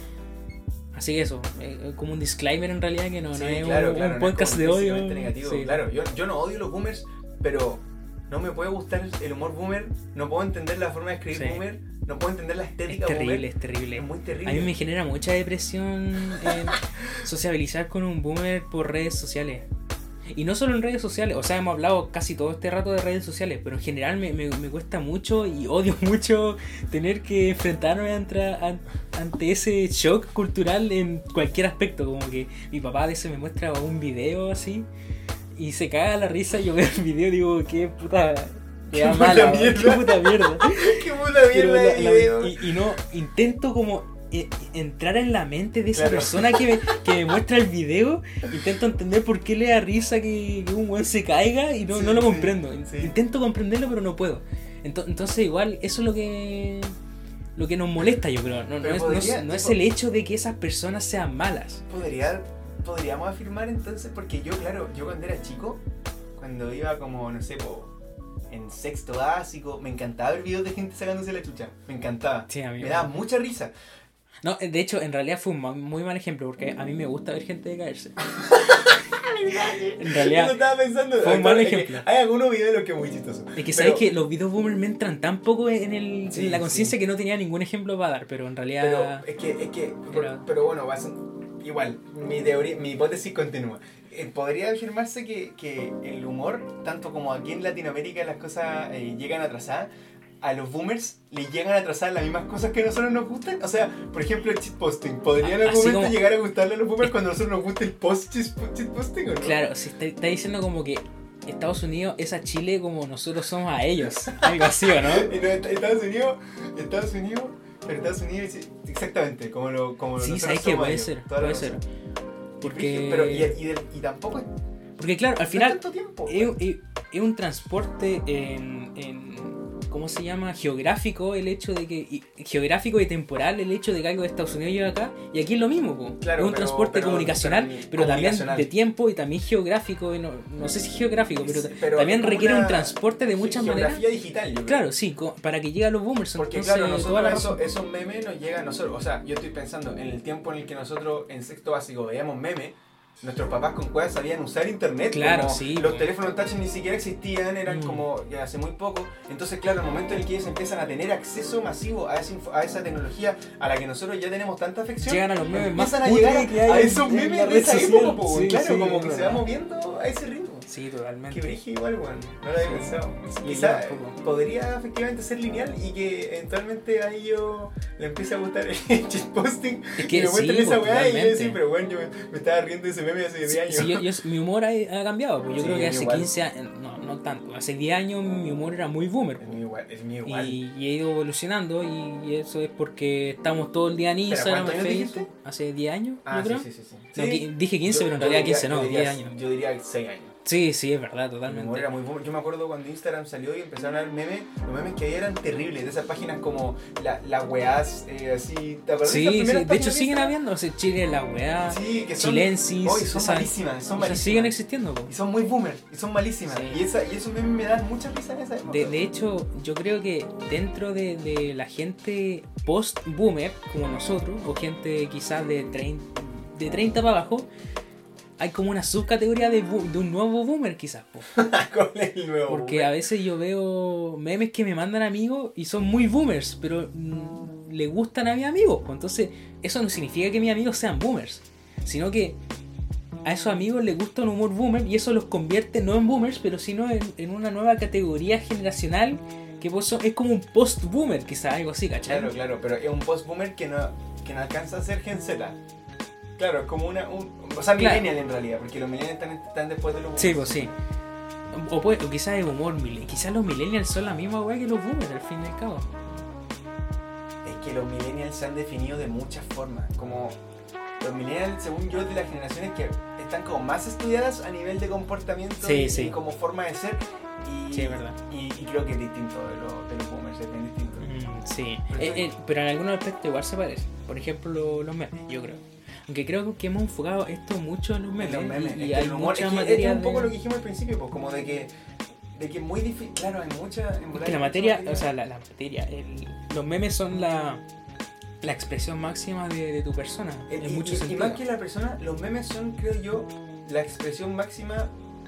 Speaker 1: Así que eso, como un disclaimer en realidad, que no,
Speaker 2: Sí,
Speaker 1: no es
Speaker 2: claro,
Speaker 1: un
Speaker 2: claro, no es
Speaker 1: podcast
Speaker 2: como
Speaker 1: de odio.
Speaker 2: intrínsecamente negativo.
Speaker 1: Sí.
Speaker 2: Claro, yo no odio los boomers, pero no me puede gustar el humor boomer, no puedo entender la forma de escribir
Speaker 1: Sí.
Speaker 2: boomer, no puedo entender la
Speaker 1: Es
Speaker 2: estética
Speaker 1: terrible,
Speaker 2: boomer.
Speaker 1: es terrible.
Speaker 2: Es muy terrible.
Speaker 1: A mí me genera mucha depresión sociabilizar con un boomer por redes sociales. Y no solo en redes sociales, o sea, hemos hablado casi todo este rato de redes sociales, pero en general me cuesta mucho y odio mucho tener que enfrentarme ante ese shock cultural en cualquier aspecto. Como que mi papá a veces me muestra un video así y se caga la risa y yo veo el video y digo, qué puta...
Speaker 2: Qué puta
Speaker 1: mala,
Speaker 2: mierda.
Speaker 1: qué puta mierda.
Speaker 2: Qué puta
Speaker 1: Pero
Speaker 2: mierda de video.
Speaker 1: y no, intento como entrar en la mente de esa
Speaker 2: Claro.
Speaker 1: persona que me muestra el video. Intento entender por qué le da risa que un weón se caiga y no,
Speaker 2: Sí,
Speaker 1: no lo
Speaker 2: sí,
Speaker 1: comprendo.
Speaker 2: sí.
Speaker 1: Intento comprenderlo, pero no puedo. Entonces igual eso es lo que nos molesta, yo creo. No
Speaker 2: Pero
Speaker 1: es,
Speaker 2: podría,
Speaker 1: no es
Speaker 2: tipo-
Speaker 1: el hecho de que esas personas sean malas.
Speaker 2: Podríamos afirmar entonces, porque yo, claro, yo cuando era chico, cuando iba como, no sé, en sexto básico, me encantaba ver videos de gente sacándose la chucha. Me encantaba.
Speaker 1: Sí, a mí
Speaker 2: Me daba mucha risa.
Speaker 1: No, de hecho, en realidad fue un muy mal ejemplo, porque a mí me gusta ver gente caerse. En
Speaker 2: Eso
Speaker 1: realidad,
Speaker 2: estaba pensando.
Speaker 1: fue un mal
Speaker 2: Es que
Speaker 1: ejemplo.
Speaker 2: hay algunos videos de los que es muy chistoso.
Speaker 1: es que sabes que los videos boomers me entran tan poco en
Speaker 2: Sí,
Speaker 1: la conciencia
Speaker 2: sí.
Speaker 1: que no tenía ningún ejemplo para dar, pero en
Speaker 2: Pero
Speaker 1: realidad...
Speaker 2: pero bueno, igual, mi teoría, mi hipótesis continúa. Podría afirmarse que el humor, tanto como aquí en Latinoamérica las cosas llegan atrasadas, a los boomers les llegan a atrasar las mismas cosas que a nosotros nos gustan. O sea, por ejemplo, el shitposting. ¿Podría en algún
Speaker 1: Así
Speaker 2: momento
Speaker 1: como-
Speaker 2: llegar a gustarle a los boomers cuando a nosotros nos gusta el post-shitposting o no?
Speaker 1: Claro, se está diciendo como que Estados Unidos es a Chile como nosotros somos a ellos. Algo así, ¿o no?
Speaker 2: Y no, Estados Unidos, pero Estados Unidos es exactamente como lo
Speaker 1: Sí,
Speaker 2: nosotros
Speaker 1: sabes que
Speaker 2: somos
Speaker 1: puede
Speaker 2: ellos,
Speaker 1: ser,
Speaker 2: toda la
Speaker 1: puede ser.
Speaker 2: razón.
Speaker 1: Porque...
Speaker 2: Pero y tampoco es
Speaker 1: Porque claro, al
Speaker 2: no
Speaker 1: final
Speaker 2: tanto tiempo.
Speaker 1: es un transporte en ¿cómo se llama? Geográfico, el hecho de que geográfico y temporal, el hecho de que algo de Estados Unidos llega acá, y aquí es lo mismo, po.
Speaker 2: Claro,
Speaker 1: es un transporte comunicacional, pero también
Speaker 2: comunicacional.
Speaker 1: de tiempo y también geográfico, y no sé si geográfico, pero,
Speaker 2: Pero
Speaker 1: también
Speaker 2: es como
Speaker 1: requiere
Speaker 2: una
Speaker 1: un transporte de muchas maneras.
Speaker 2: Geografía digital, yo creo.
Speaker 1: Claro, sí, para que llegue a los boomers.
Speaker 2: Porque
Speaker 1: entonces,
Speaker 2: claro,
Speaker 1: toda la
Speaker 2: nosotros
Speaker 1: razón.
Speaker 2: esos memes nos llegan a nosotros. O sea, yo estoy pensando en el tiempo en el que nosotros en sexto básico veíamos memes. Nuestros papás con cuevas sabían usar internet.
Speaker 1: Claro,
Speaker 2: como
Speaker 1: sí,
Speaker 2: los
Speaker 1: po.
Speaker 2: teléfonos touch ni siquiera existían, eran
Speaker 1: Mm.
Speaker 2: como ya hace muy poco. Entonces, claro, el momento en el que ellos empiezan a tener acceso masivo a esa tecnología a la que nosotros ya tenemos tanta afección,
Speaker 1: Llegan a los memes más
Speaker 2: empiezan a llegar
Speaker 1: cutres que hay
Speaker 2: a esos
Speaker 1: en la
Speaker 2: memes de
Speaker 1: red
Speaker 2: esa
Speaker 1: social.
Speaker 2: época, po,
Speaker 1: Sí,
Speaker 2: claro,
Speaker 1: sí,
Speaker 2: como
Speaker 1: es
Speaker 2: que se
Speaker 1: verdad.
Speaker 2: va moviendo a ese ritmo.
Speaker 1: Sí, totalmente.
Speaker 2: Que brige igual, weón. No lo había pensado.
Speaker 1: Sí,
Speaker 2: Quizá
Speaker 1: yo tampoco.
Speaker 2: podría efectivamente ser lineal y que eventualmente ahí yo le empiece a gustar el shitposting.
Speaker 1: Es que
Speaker 2: y me muestren
Speaker 1: sí,
Speaker 2: esa
Speaker 1: pues,
Speaker 2: weá y yo
Speaker 1: totalmente.
Speaker 2: decir, pero bueno, yo me estaba riendo de ese meme hace 10 años.
Speaker 1: Sí, mi humor ha cambiado, pues yo
Speaker 2: Sí,
Speaker 1: creo que
Speaker 2: el mío
Speaker 1: hace
Speaker 2: igual.
Speaker 1: 15 años, no tanto, hace 10 años mi humor era muy boomer.
Speaker 2: Es mío igual, es mío igual.
Speaker 1: Y he ido evolucionando y eso es porque estamos todo el día en Instagram,
Speaker 2: ¿cuántos
Speaker 1: en
Speaker 2: años
Speaker 1: Facebook,
Speaker 2: dijiste?
Speaker 1: hace 10 años, yo
Speaker 2: Ah, sí,
Speaker 1: creo.
Speaker 2: sí, sí.
Speaker 1: No,
Speaker 2: Sí.
Speaker 1: dije 15, pero en realidad 15 no,
Speaker 2: yo diría,
Speaker 1: 10 años.
Speaker 2: Yo diría 6 años.
Speaker 1: Sí, sí, es verdad,
Speaker 2: El humor
Speaker 1: totalmente.
Speaker 2: era muy boomer. Yo me acuerdo cuando Instagram salió y empezaron a ver memes, los memes que había eran terribles, de esas páginas como la weás, así, ¿te acuerdas de esas
Speaker 1: Sí,
Speaker 2: primeras
Speaker 1: sí, de hecho
Speaker 2: páginas
Speaker 1: siguen
Speaker 2: Instagram?
Speaker 1: habiendo, o sea, Chile la weá,
Speaker 2: Sí, que son,
Speaker 1: Chilensis,
Speaker 2: hoy son
Speaker 1: esa-
Speaker 2: malísimas, son
Speaker 1: o sea,
Speaker 2: malísimas.
Speaker 1: siguen existiendo, po.
Speaker 2: Y son muy boomer, y son malísimas.
Speaker 1: Sí.
Speaker 2: Y esos memes me dan mucha risa en esa época.
Speaker 1: De hecho, yo creo que dentro de la gente post-boomer, como nosotros, o gente quizás de 30 para abajo, hay como una subcategoría de un nuevo boomer quizás, po.
Speaker 2: Con el nuevo
Speaker 1: Porque
Speaker 2: boomer.
Speaker 1: a veces yo veo memes que me mandan amigos y son muy boomers, pero le gustan a mis amigos, po. Entonces eso no significa que mis amigos sean boomers, sino que a esos amigos les gusta un humor boomer y eso los convierte no en boomers, pero sino en una nueva categoría generacional que pues es como un post-boomer, quizás algo así, ¿cachai?
Speaker 2: Claro, claro, pero es un post-boomer que no alcanza a ser Gen Z. Claro, es como o sea,
Speaker 1: Claro.
Speaker 2: millennial en realidad, porque los millennials están después de los boomers.
Speaker 1: Sí, pues sí. O quizás es humor millennial. Quizás los millennials son la misma weá que los boomers, al fin y al cabo.
Speaker 2: Es que los millennials se han definido de muchas formas. Como los millennials, según yo, de las generaciones que están como más estudiadas a nivel de comportamiento
Speaker 1: Sí, sí.
Speaker 2: y como forma de ser. Y,
Speaker 1: Sí, es verdad.
Speaker 2: Y creo que es distinto de los boomers, es bien distinto.
Speaker 1: Sí,
Speaker 2: Pero
Speaker 1: pero en algunos aspectos igual se parece. Por ejemplo, los memes, yo creo. Aunque creo que hemos enfocado esto mucho en los memes.
Speaker 2: Los memes,
Speaker 1: Y
Speaker 2: es que
Speaker 1: hay
Speaker 2: el humor,
Speaker 1: mucha
Speaker 2: es que
Speaker 1: materia
Speaker 2: es un poco
Speaker 1: de...
Speaker 2: lo que dijimos al principio, pues como de que es muy difícil. Claro, hay mucha.
Speaker 1: Es que la materia, o sea, la materia, los memes son la expresión máxima de tu persona. En muchos
Speaker 2: y
Speaker 1: sentidos.
Speaker 2: más que la persona, los memes son, creo yo, la expresión máxima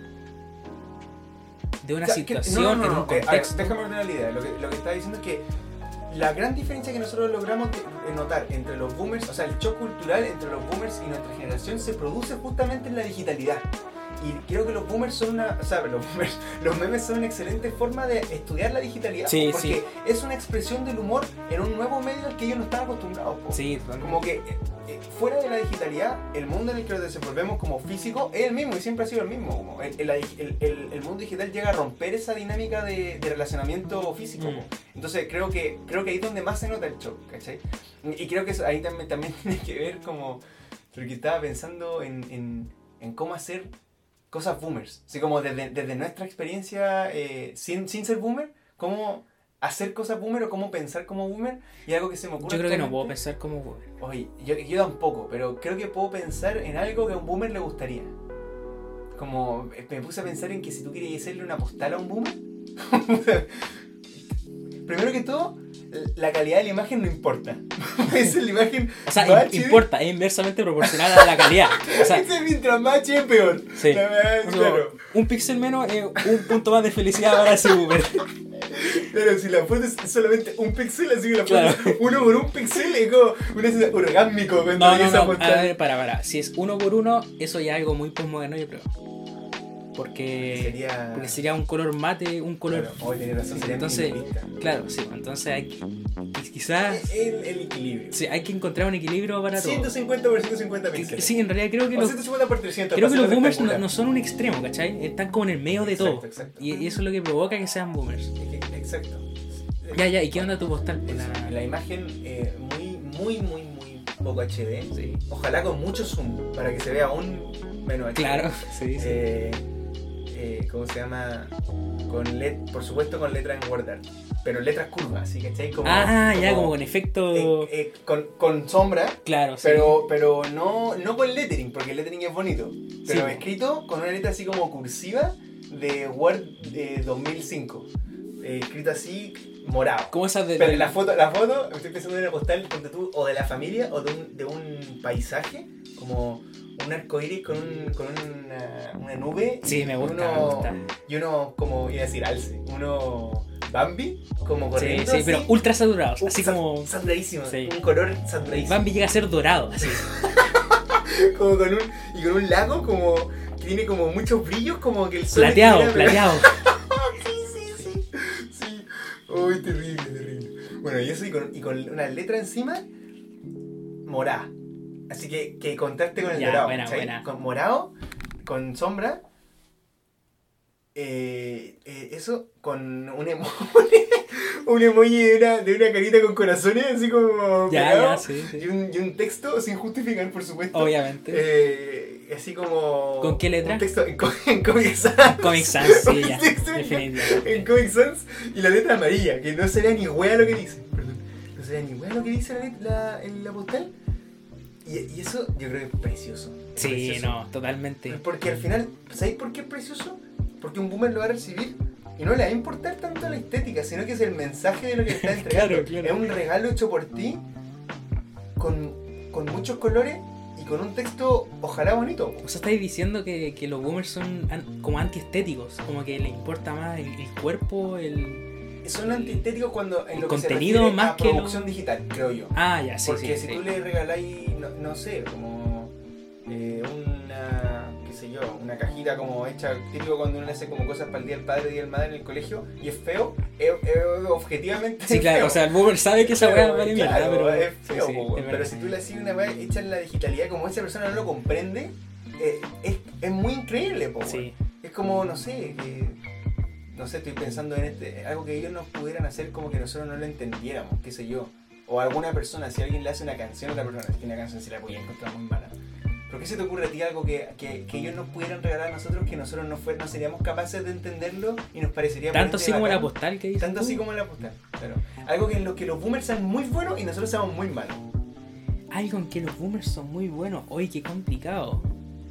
Speaker 1: De una
Speaker 2: o sea,
Speaker 1: situación, en un
Speaker 2: a ver,
Speaker 1: contexto.
Speaker 2: déjame ordenar la idea. Lo que estaba diciendo es que la gran diferencia que nosotros logramos notar entre los boomers, o sea, el choque cultural entre los boomers y nuestra generación se produce justamente en la digitalidad. Y creo que los boomers son los memes son una excelente forma de estudiar la digitalidad.
Speaker 1: Sí,
Speaker 2: porque
Speaker 1: sí.
Speaker 2: es una expresión del humor en un nuevo medio al que ellos no están acostumbrados. Po.
Speaker 1: Sí,
Speaker 2: Como que fuera de la digitalidad, el mundo en el que nos desenvolvemos como físico es el mismo y siempre ha sido el mismo. Como el mundo digital llega a romper esa dinámica de relacionamiento físico. Po. Entonces creo que ahí es donde más se nota el shock, ¿cachai? Y creo que eso ahí también tiene que ver como... Porque estaba pensando en cómo hacer cosas boomers. Así como desde nuestra experiencia sin ser boomer, cómo hacer cosas boomer o cómo pensar como boomer. Y algo que se me ocurre
Speaker 1: yo creo que no
Speaker 2: actualmente.
Speaker 1: puedo pensar como boomer.
Speaker 2: Oye, yo tampoco, pero creo que puedo pensar en algo que a un boomer le gustaría. Como me puse a pensar en que si tú querías hacerle una postal a un boomer, primero que todo, la calidad de la imagen no importa. Esa es la imagen.
Speaker 1: O sea,
Speaker 2: más chida.
Speaker 1: importa, es inversamente proporcional a la calidad. O sea,
Speaker 2: Mientras más chida, peor.
Speaker 1: sí.
Speaker 2: La verdad,
Speaker 1: O sea,
Speaker 2: claro.
Speaker 1: un píxel menos es un punto más de felicidad para ese boomer.
Speaker 2: Claro, si la foto es solamente un píxel, así que la foto
Speaker 1: Claro.
Speaker 2: es uno por un píxel, es como un orgásmico cuando
Speaker 1: No,
Speaker 2: ves
Speaker 1: no,
Speaker 2: esa
Speaker 1: no.
Speaker 2: postal.
Speaker 1: A ver, para. Si es 1x1, eso ya es algo muy postmoderno, yo creo. Porque sería un color mate, un color.
Speaker 2: Claro, hoy tenés razón, sería
Speaker 1: Entonces,
Speaker 2: minimalista.
Speaker 1: claro, sí. Entonces hay que. Quizás.
Speaker 2: El equilibrio.
Speaker 1: Sí, hay que encontrar un equilibrio para todo.
Speaker 2: 150 por 150 píxeles.
Speaker 1: Sí, en realidad creo que
Speaker 2: O
Speaker 1: los.
Speaker 2: 150 por 300.
Speaker 1: Creo que
Speaker 2: para
Speaker 1: los
Speaker 2: hacerlo
Speaker 1: boomers no
Speaker 2: rectangular.
Speaker 1: son un extremo, ¿cachai? Están como en el medio de
Speaker 2: Exacto,
Speaker 1: todo.
Speaker 2: exacto.
Speaker 1: Y eso es lo que provoca que sean boomers.
Speaker 2: Exacto.
Speaker 1: Ya, ¿y qué onda tu postal?
Speaker 2: La imagen muy poco HD.
Speaker 1: Sí.
Speaker 2: Ojalá con mucho zoom para que se vea aún menos HD.
Speaker 1: Claro, sí, sí.
Speaker 2: ¿Cómo se llama? Por supuesto con letras en WordArt, pero letras curvas, ¿sí? ¿Cachai?
Speaker 1: Ya, como con efecto.
Speaker 2: Con sombra,
Speaker 1: Claro, sí.
Speaker 2: pero no con lettering, porque el lettering es bonito, pero
Speaker 1: Sí.
Speaker 2: escrito con una letra así como cursiva de Word 2005, escrito así morado.
Speaker 1: ¿Cómo esas de.?
Speaker 2: Pero la foto, estoy pensando en una postal, ponte tú, o de la familia o de un paisaje, como un arcoíris con una nube.
Speaker 1: Sí, me gusta,
Speaker 2: uno,
Speaker 1: me gusta.
Speaker 2: Y uno, como iba a decir, alce. Uno Bambi, como
Speaker 1: Sí,
Speaker 2: corriendo.
Speaker 1: sí,
Speaker 2: así.
Speaker 1: pero ultra saturados. Así como.
Speaker 2: Saturadísimo,
Speaker 1: Sí.
Speaker 2: un color saturadísimo.
Speaker 1: Bambi llega a ser dorado, así.
Speaker 2: Como con un lago como que tiene como muchos brillos, como que el sol.
Speaker 1: Plateado,
Speaker 2: estuviera-
Speaker 1: plateado.
Speaker 2: Sí. Uy, terrible. Bueno, y eso y con una letra encima morada. Así que contraste con el
Speaker 1: Ya,
Speaker 2: dorado.
Speaker 1: buena,
Speaker 2: ¿cachai?
Speaker 1: buena.
Speaker 2: Con morado, con sombra. Eso con un emoji. Un emoji de una carita con corazones, así como.
Speaker 1: Ya,
Speaker 2: pegado,
Speaker 1: sí.
Speaker 2: Y un texto sin justificar, por supuesto.
Speaker 1: Obviamente.
Speaker 2: así como...
Speaker 1: ¿Con qué letra?
Speaker 2: Un texto en Comic Sans.
Speaker 1: Comic Sans, sí, ya.
Speaker 2: Definitivamente. En Comic Sans y la letra amarilla, que no se vea ni hueá lo que dice. Perdón. No se vea ni hueá lo que dice en la postal. Y eso yo creo que es precioso.
Speaker 1: Sí,
Speaker 2: precioso.
Speaker 1: no, totalmente.
Speaker 2: Porque al final, ¿sabéis por qué es precioso? Porque un boomer lo va a recibir y no le va a importar tanto la estética, sino que es el mensaje de lo que le está entregando.
Speaker 1: Claro.
Speaker 2: Es un regalo hecho por ti con muchos colores y con un texto ojalá bonito.
Speaker 1: O sea, estáis diciendo que los boomers son como antiestéticos, como que les importa más el cuerpo,
Speaker 2: Son antiestéticos cuando en
Speaker 1: el
Speaker 2: lo
Speaker 1: contenido
Speaker 2: que se refiere
Speaker 1: más
Speaker 2: a
Speaker 1: que
Speaker 2: producción digital, creo yo.
Speaker 1: Ah, ya, sí,
Speaker 2: porque
Speaker 1: sí.
Speaker 2: si tú le regaláis, no sé, como una, qué sé yo, una cajita como hecha, típico cuando uno le hace como cosas para el Día del Padre y Día del Madre en el colegio, y es feo, es objetivamente
Speaker 1: sí, claro,
Speaker 2: feo.
Speaker 1: o sea, el boomer sabe que esa weá vale mierda,
Speaker 2: claro,
Speaker 1: pero
Speaker 2: es feo,
Speaker 1: sí,
Speaker 2: es pero si tú le haces una weá hecha en la digitalidad, como esa persona no lo comprende, es muy increíble, po.
Speaker 1: Sí.
Speaker 2: Es como, no sé, estoy pensando en algo que ellos nos pudieran hacer como que nosotros no lo entendiéramos, qué sé yo. O alguna persona, si alguien le hace una canción a otra persona, es que una canción se la podía encontrar muy mala. ¿Pero qué se te ocurre a ti algo que ellos nos pudieran regalar a nosotros que nosotros no seríamos capaces de entenderlo y nos parecería
Speaker 1: tanto así como
Speaker 2: bacán?
Speaker 1: la postal que dices
Speaker 2: Tanto
Speaker 1: tú.
Speaker 2: así como la postal, claro. Algo que en lo que los boomers sean muy buenos y nosotros seamos muy malos.
Speaker 1: Algo en que los boomers son muy buenos. Oye, qué complicado.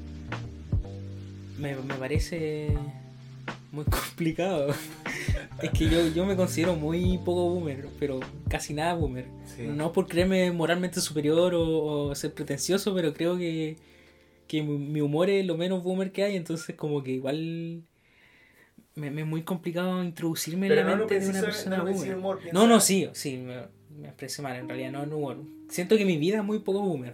Speaker 1: Me parece muy complicado. Es que yo me considero muy poco boomer, pero casi nada boomer. Sí. No por creerme moralmente superior o ser pretencioso, pero creo que mi humor es lo menos boomer que hay, entonces como que igual me es muy complicado introducirme en la mente de una persona boomer. Humor, sí, me expresé mal, en realidad no humor. Siento que mi vida es muy poco boomer.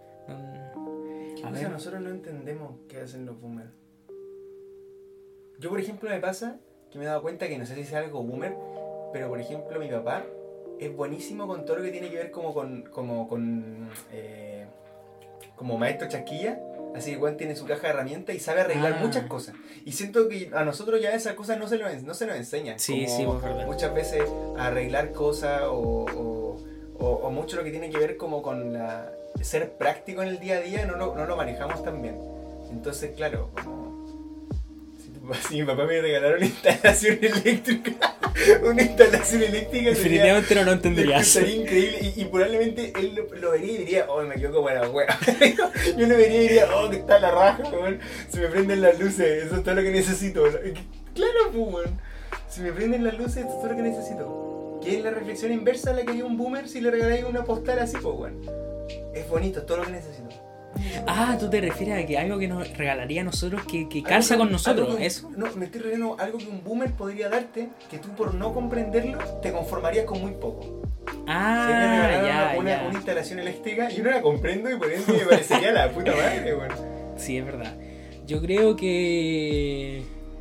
Speaker 2: A ver, nosotros no entendemos qué hacen los boomers. Yo, por ejemplo, me pasa que me he dado cuenta que no sé si es algo boomer, pero por ejemplo mi papá es buenísimo con todo lo que tiene que ver como maestro chasquilla, así que igual tiene su caja de herramientas y sabe arreglar muchas cosas. Y siento que a nosotros ya esas cosas no se nos enseñan.
Speaker 1: Sí,
Speaker 2: como
Speaker 1: sí, por verdad.
Speaker 2: Muchas veces a arreglar cosas o mucho lo que tiene que ver como con ser práctico en el día a día no lo manejamos tan bien. Entonces, claro, si mi papá me regalara una instalación eléctrica,
Speaker 1: definitivamente no lo entenderías.
Speaker 2: Sería increíble y probablemente él lo vería y diría, oh, me equivoco para la wea. Yo lo vería y diría, oh, que está la raja, weón. Se me prenden las luces, eso es todo lo que necesito. Claro, pues, weón. Si me prenden las luces, eso es todo lo que necesito. ¿Qué es la reflexión inversa a la que haría un boomer si le regaláis una postal así, pues, weón? Es bonito, es todo lo que necesito.
Speaker 1: Ah, tú te refieres a que algo que nos regalaría a nosotros que calza con nosotros, ¿eso?
Speaker 2: No, me estoy refiriendo a algo que un boomer podría darte, que tú por no comprenderlo te conformarías con muy poco.
Speaker 1: Ah,
Speaker 2: si una instalación eléctrica, yo no la comprendo y por eso me parecería la puta madre, bueno.
Speaker 1: Sí, es verdad. Yo creo que...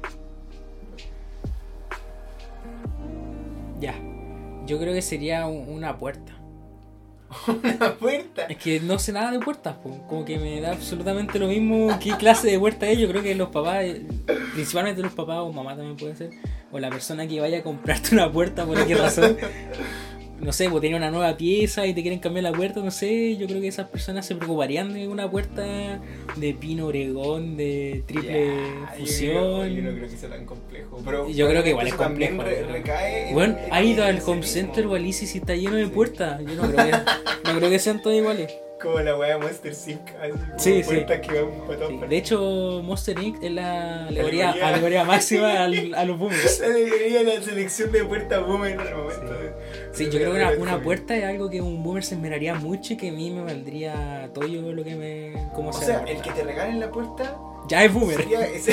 Speaker 1: Yo creo que sería una puerta.
Speaker 2: ¿Una puerta?
Speaker 1: Es que no sé nada de puertas, pues. Como que me da absolutamente lo mismo qué clase de puerta es. Yo creo que los papás, principalmente los papás o mamá también puede ser, o la persona que vaya a comprarte una puerta por qué razón, no sé, pues tiene una nueva pieza y te quieren cambiar la puerta, no sé, yo creo que esas personas se preocuparían de una puerta de pino oregón, de triple fusión.
Speaker 2: Yo no creo que sea tan complejo. Pero
Speaker 1: yo creo que igual es complejo.
Speaker 2: Recae
Speaker 1: bueno, ha ido al home center o al Easy si está lleno de puertas. Yo no creo que sean todas iguales.
Speaker 2: Como la wea Monster Inc.
Speaker 1: Sí.
Speaker 2: Puertas que van para todas partes.
Speaker 1: De hecho, Monster Inc. es la alegoría máxima a los boomers.
Speaker 2: La alegoría de la selección de puertas boomer en el momento.
Speaker 1: Sí, yo creo que una puerta es algo que un boomer se esmeraría mucho y que a mí me valdría todo lo que me...
Speaker 2: O sea, el que te regalen la puerta...
Speaker 1: Ya es boomer.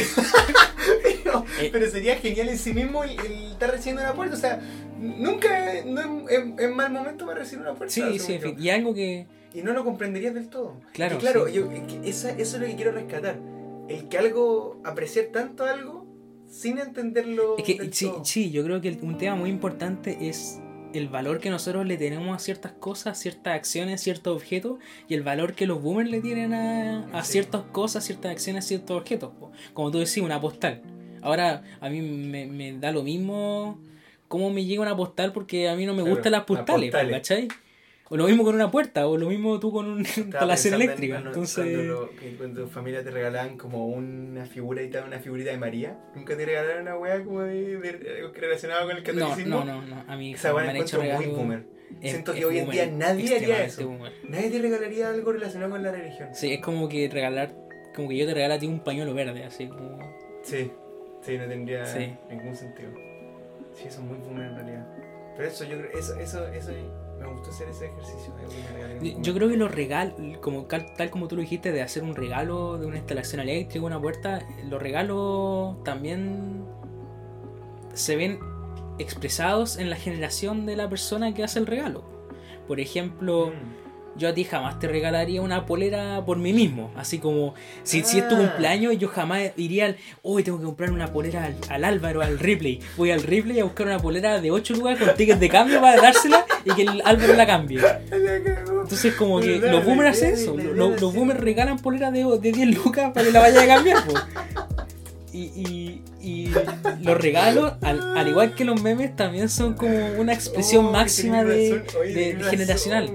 Speaker 2: Pero sería genial en sí mismo el estar recibiendo una puerta. O sea, nunca es mal momento para recibir una puerta.
Speaker 1: Sí, en fin. Y algo que...
Speaker 2: Y no lo comprenderías del todo.
Speaker 1: Claro,
Speaker 2: eso es lo que quiero rescatar. El que apreciar tanto algo sin entenderlo.
Speaker 1: Es que sí, yo creo que un tema muy importante es el valor que nosotros le tenemos a ciertas cosas, ciertas acciones, ciertos objetos, y el valor que los boomers le tienen a ciertas cosas, ciertas acciones, ciertos objetos. Como tú decís, una postal. Ahora, a mí me da lo mismo cómo me llega una postal porque a mí no me gustan las postales, ¿cachai? O lo mismo con una puerta, o lo mismo tú con una instalación eléctrica. Entonces...
Speaker 2: Cuando tu familia te regalaban como una figurita de María, ¿nunca te regalaron una weá como relacionada con el catolicismo?
Speaker 1: No. A mí
Speaker 2: esa weá me encuentro muy boomer. Siento que hoy en día nadie haría eso. Boomer. Nadie te regalaría algo relacionado con la religión.
Speaker 1: Sí, es como que como que yo te regalo a ti un pañuelo verde, así como...
Speaker 2: Sí, no tendría ningún sentido. Sí, eso es muy boomer en realidad. Pero eso, yo creo, eso me gustó hacer ese ejercicio.
Speaker 1: Yo creo que los regalos, tal como tú lo dijiste, de hacer un regalo de una instalación eléctrica, una puerta, los regalos también se ven expresados en la generación de la persona que hace el regalo. Por ejemplo, yo a ti jamás te regalaría una polera por mí mismo. Así como, si es tu cumpleaños, yo jamás iría hoy tengo que comprar una polera al Álvaro, al Ripley. Voy al Ripley a buscar una polera de 8 lucas con tickets de cambio para dársela y que el Álvaro la cambie. Entonces como que los boomers hacen eso. Los boomers regalan poleras de 10 lucas para que la vaya a cambiar, po. Y los regalos, al igual que los memes, también son como una expresión máxima de generacional.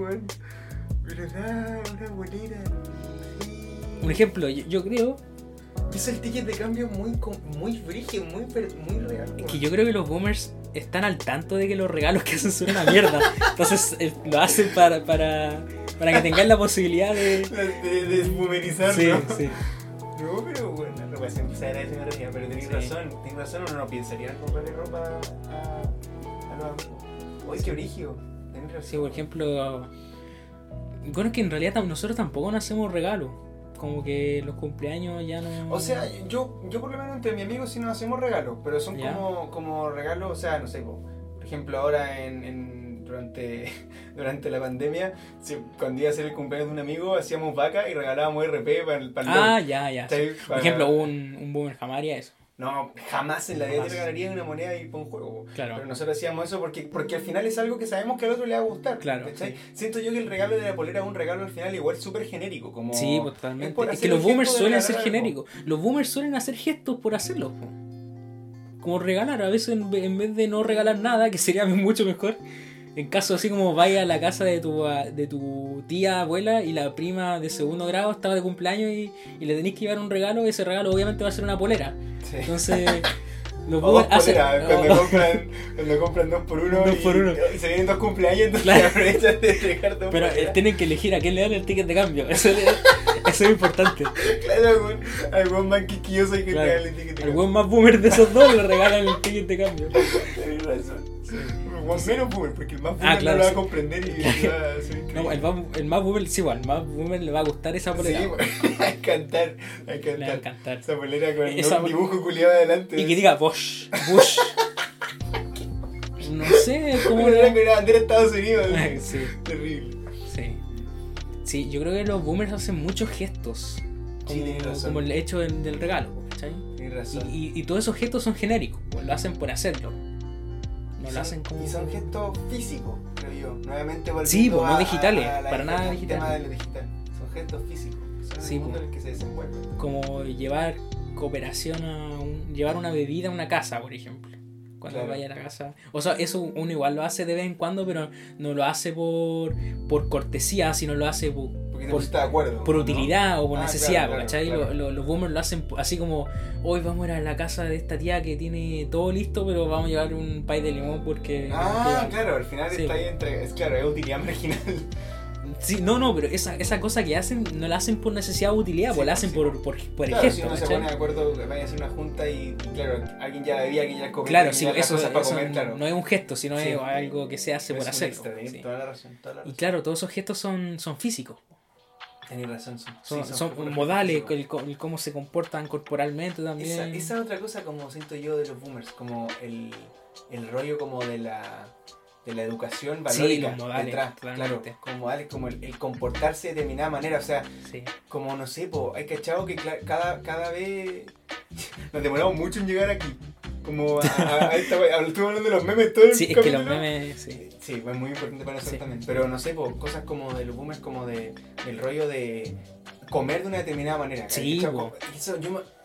Speaker 2: Una bolera.
Speaker 1: Un ejemplo, yo creo...
Speaker 2: Es el ticket de cambio muy brígido, muy real.
Speaker 1: Es que yo creo que los boomers están al tanto de que los regalos que hacen son una mierda. Entonces lo hacen para que tengan la posibilidad de
Speaker 2: desboomerizarlo.
Speaker 1: Sí.
Speaker 2: No, pero bueno, la ropa siempre se agradece en realidad. Pero tenés razón, uno no pensaría en comprarle ropa a los amigos. Oye, qué brígido. Tenés razón.
Speaker 1: Sí, por ejemplo... Bueno, es que en realidad nosotros tampoco nos hacemos regalos. Como que los cumpleaños ya no...
Speaker 2: O sea, yo por lo menos entre mis amigos sí nos hacemos regalos, pero son como regalos, o sea, no sé, por ejemplo ahora durante la pandemia, cuando iba a ser el cumpleaños de un amigo, hacíamos vaca y regalábamos RP para el
Speaker 1: ya. Por ejemplo, un boomer jamás haría eso.
Speaker 2: No, jamás en la vida te regalarían una moneda y para un juego.
Speaker 1: Claro.
Speaker 2: Pero nosotros hacíamos eso porque al final es algo que sabemos que al otro le va a gustar.
Speaker 1: Claro.
Speaker 2: Sí. Siento yo que el regalo de la polera es un regalo al final igual súper genérico. Como
Speaker 1: sí, totalmente. Es que los boomers suelen ser genéricos. Los boomers suelen hacer gestos por hacerlo. Como regalar, a veces en vez de no regalar nada, que sería mucho mejor. En caso así como vaya a la casa de tu tía, abuela, y la prima de segundo grado estaba de cumpleaños y le tenéis que llevar un regalo, ese regalo obviamente va a ser una polera. Sí. Entonces, los boomers hacen...
Speaker 2: Cuando compran 2x1 y se vienen 2 cumpleaños, entonces
Speaker 1: claro.
Speaker 2: aprovechan de entregar 2
Speaker 1: pero tienen que elegir a quién le dan el ticket de cambio. Eso es importante.
Speaker 2: Claro, al buen más quisquilloso hay que entregarle el ticket de cambio.
Speaker 1: Al buen más boomer de esos dos le regalan el ticket de cambio.
Speaker 2: Tienes razón. Sí. Menos boomer, porque el más boomer no lo va a comprender y va a ser increíble.
Speaker 1: No, el más boomer, sí, igual, el más boomer le va a gustar esa polera.
Speaker 2: Sí, va a encantar.
Speaker 1: Le va a encantar.
Speaker 2: Esa polera con un dibujo culiado adelante.
Speaker 1: Y que diga Bosch. No sé cómo.
Speaker 2: Era con la bandera de Estados Unidos.
Speaker 1: Sí.
Speaker 2: Terrible.
Speaker 1: Sí, yo creo que los boomers hacen muchos gestos. Como el hecho del regalo, ¿cachai?
Speaker 2: Tienes razón.
Speaker 1: Y todos esos gestos son genéricos, lo hacen por hacerlo.
Speaker 2: Y son gestos físicos, creo yo. Nuevamente
Speaker 1: volviendo no digitales, para nada digitales.
Speaker 2: Tema de lo digital. Son gestos físicos. Son el mundo en el que se desenvuelve.
Speaker 1: Como llevar cooperación llevar una bebida a una casa, por ejemplo. Cuando vaya a la casa. O sea, eso uno igual lo hace de vez en cuando, pero no lo hace por cortesía, sino lo hace por utilidad o por necesidad, ¿cachai? Claro. Los boomers lo hacen así como, hoy vamos a ir a la casa de esta tía que tiene todo listo, pero vamos a llevar un pay de limón porque...
Speaker 2: claro, al final está ahí es utilidad marginal.
Speaker 1: Sí, no, pero esa cosa que hacen no la hacen por necesidad o utilidad, pues la hacen por el
Speaker 2: claro,
Speaker 1: gesto.
Speaker 2: Si uno se pone de acuerdo, vaya a hacer una junta y claro, alguien ya bebía, alguien ya comía.
Speaker 1: Claro, sí, eso
Speaker 2: para comer, claro.
Speaker 1: No es un gesto, sino es algo que se hace por hacerlo.
Speaker 2: Extra, toda la razón.
Speaker 1: Y claro, todos esos gestos son físicos.
Speaker 2: Tenés razón,
Speaker 1: son modales, el cómo se comportan corporalmente también.
Speaker 2: Esa otra cosa como siento yo de los boomers, como el rollo como de la educación valórica.
Speaker 1: Sí, los modales,
Speaker 2: detrás, claro, como el comportarse de determinada manera, o sea, como no sé, hay cachado que cada vez nos demoramos mucho en llegar aquí. Como estuve hablando de los memes todo el
Speaker 1: capítulo. Es que los memes, sí,
Speaker 2: es muy importante para nosotros también. Pero no sé, cosas como de los boomers, como del rollo de comer de una determinada manera.
Speaker 1: Sí,
Speaker 2: eso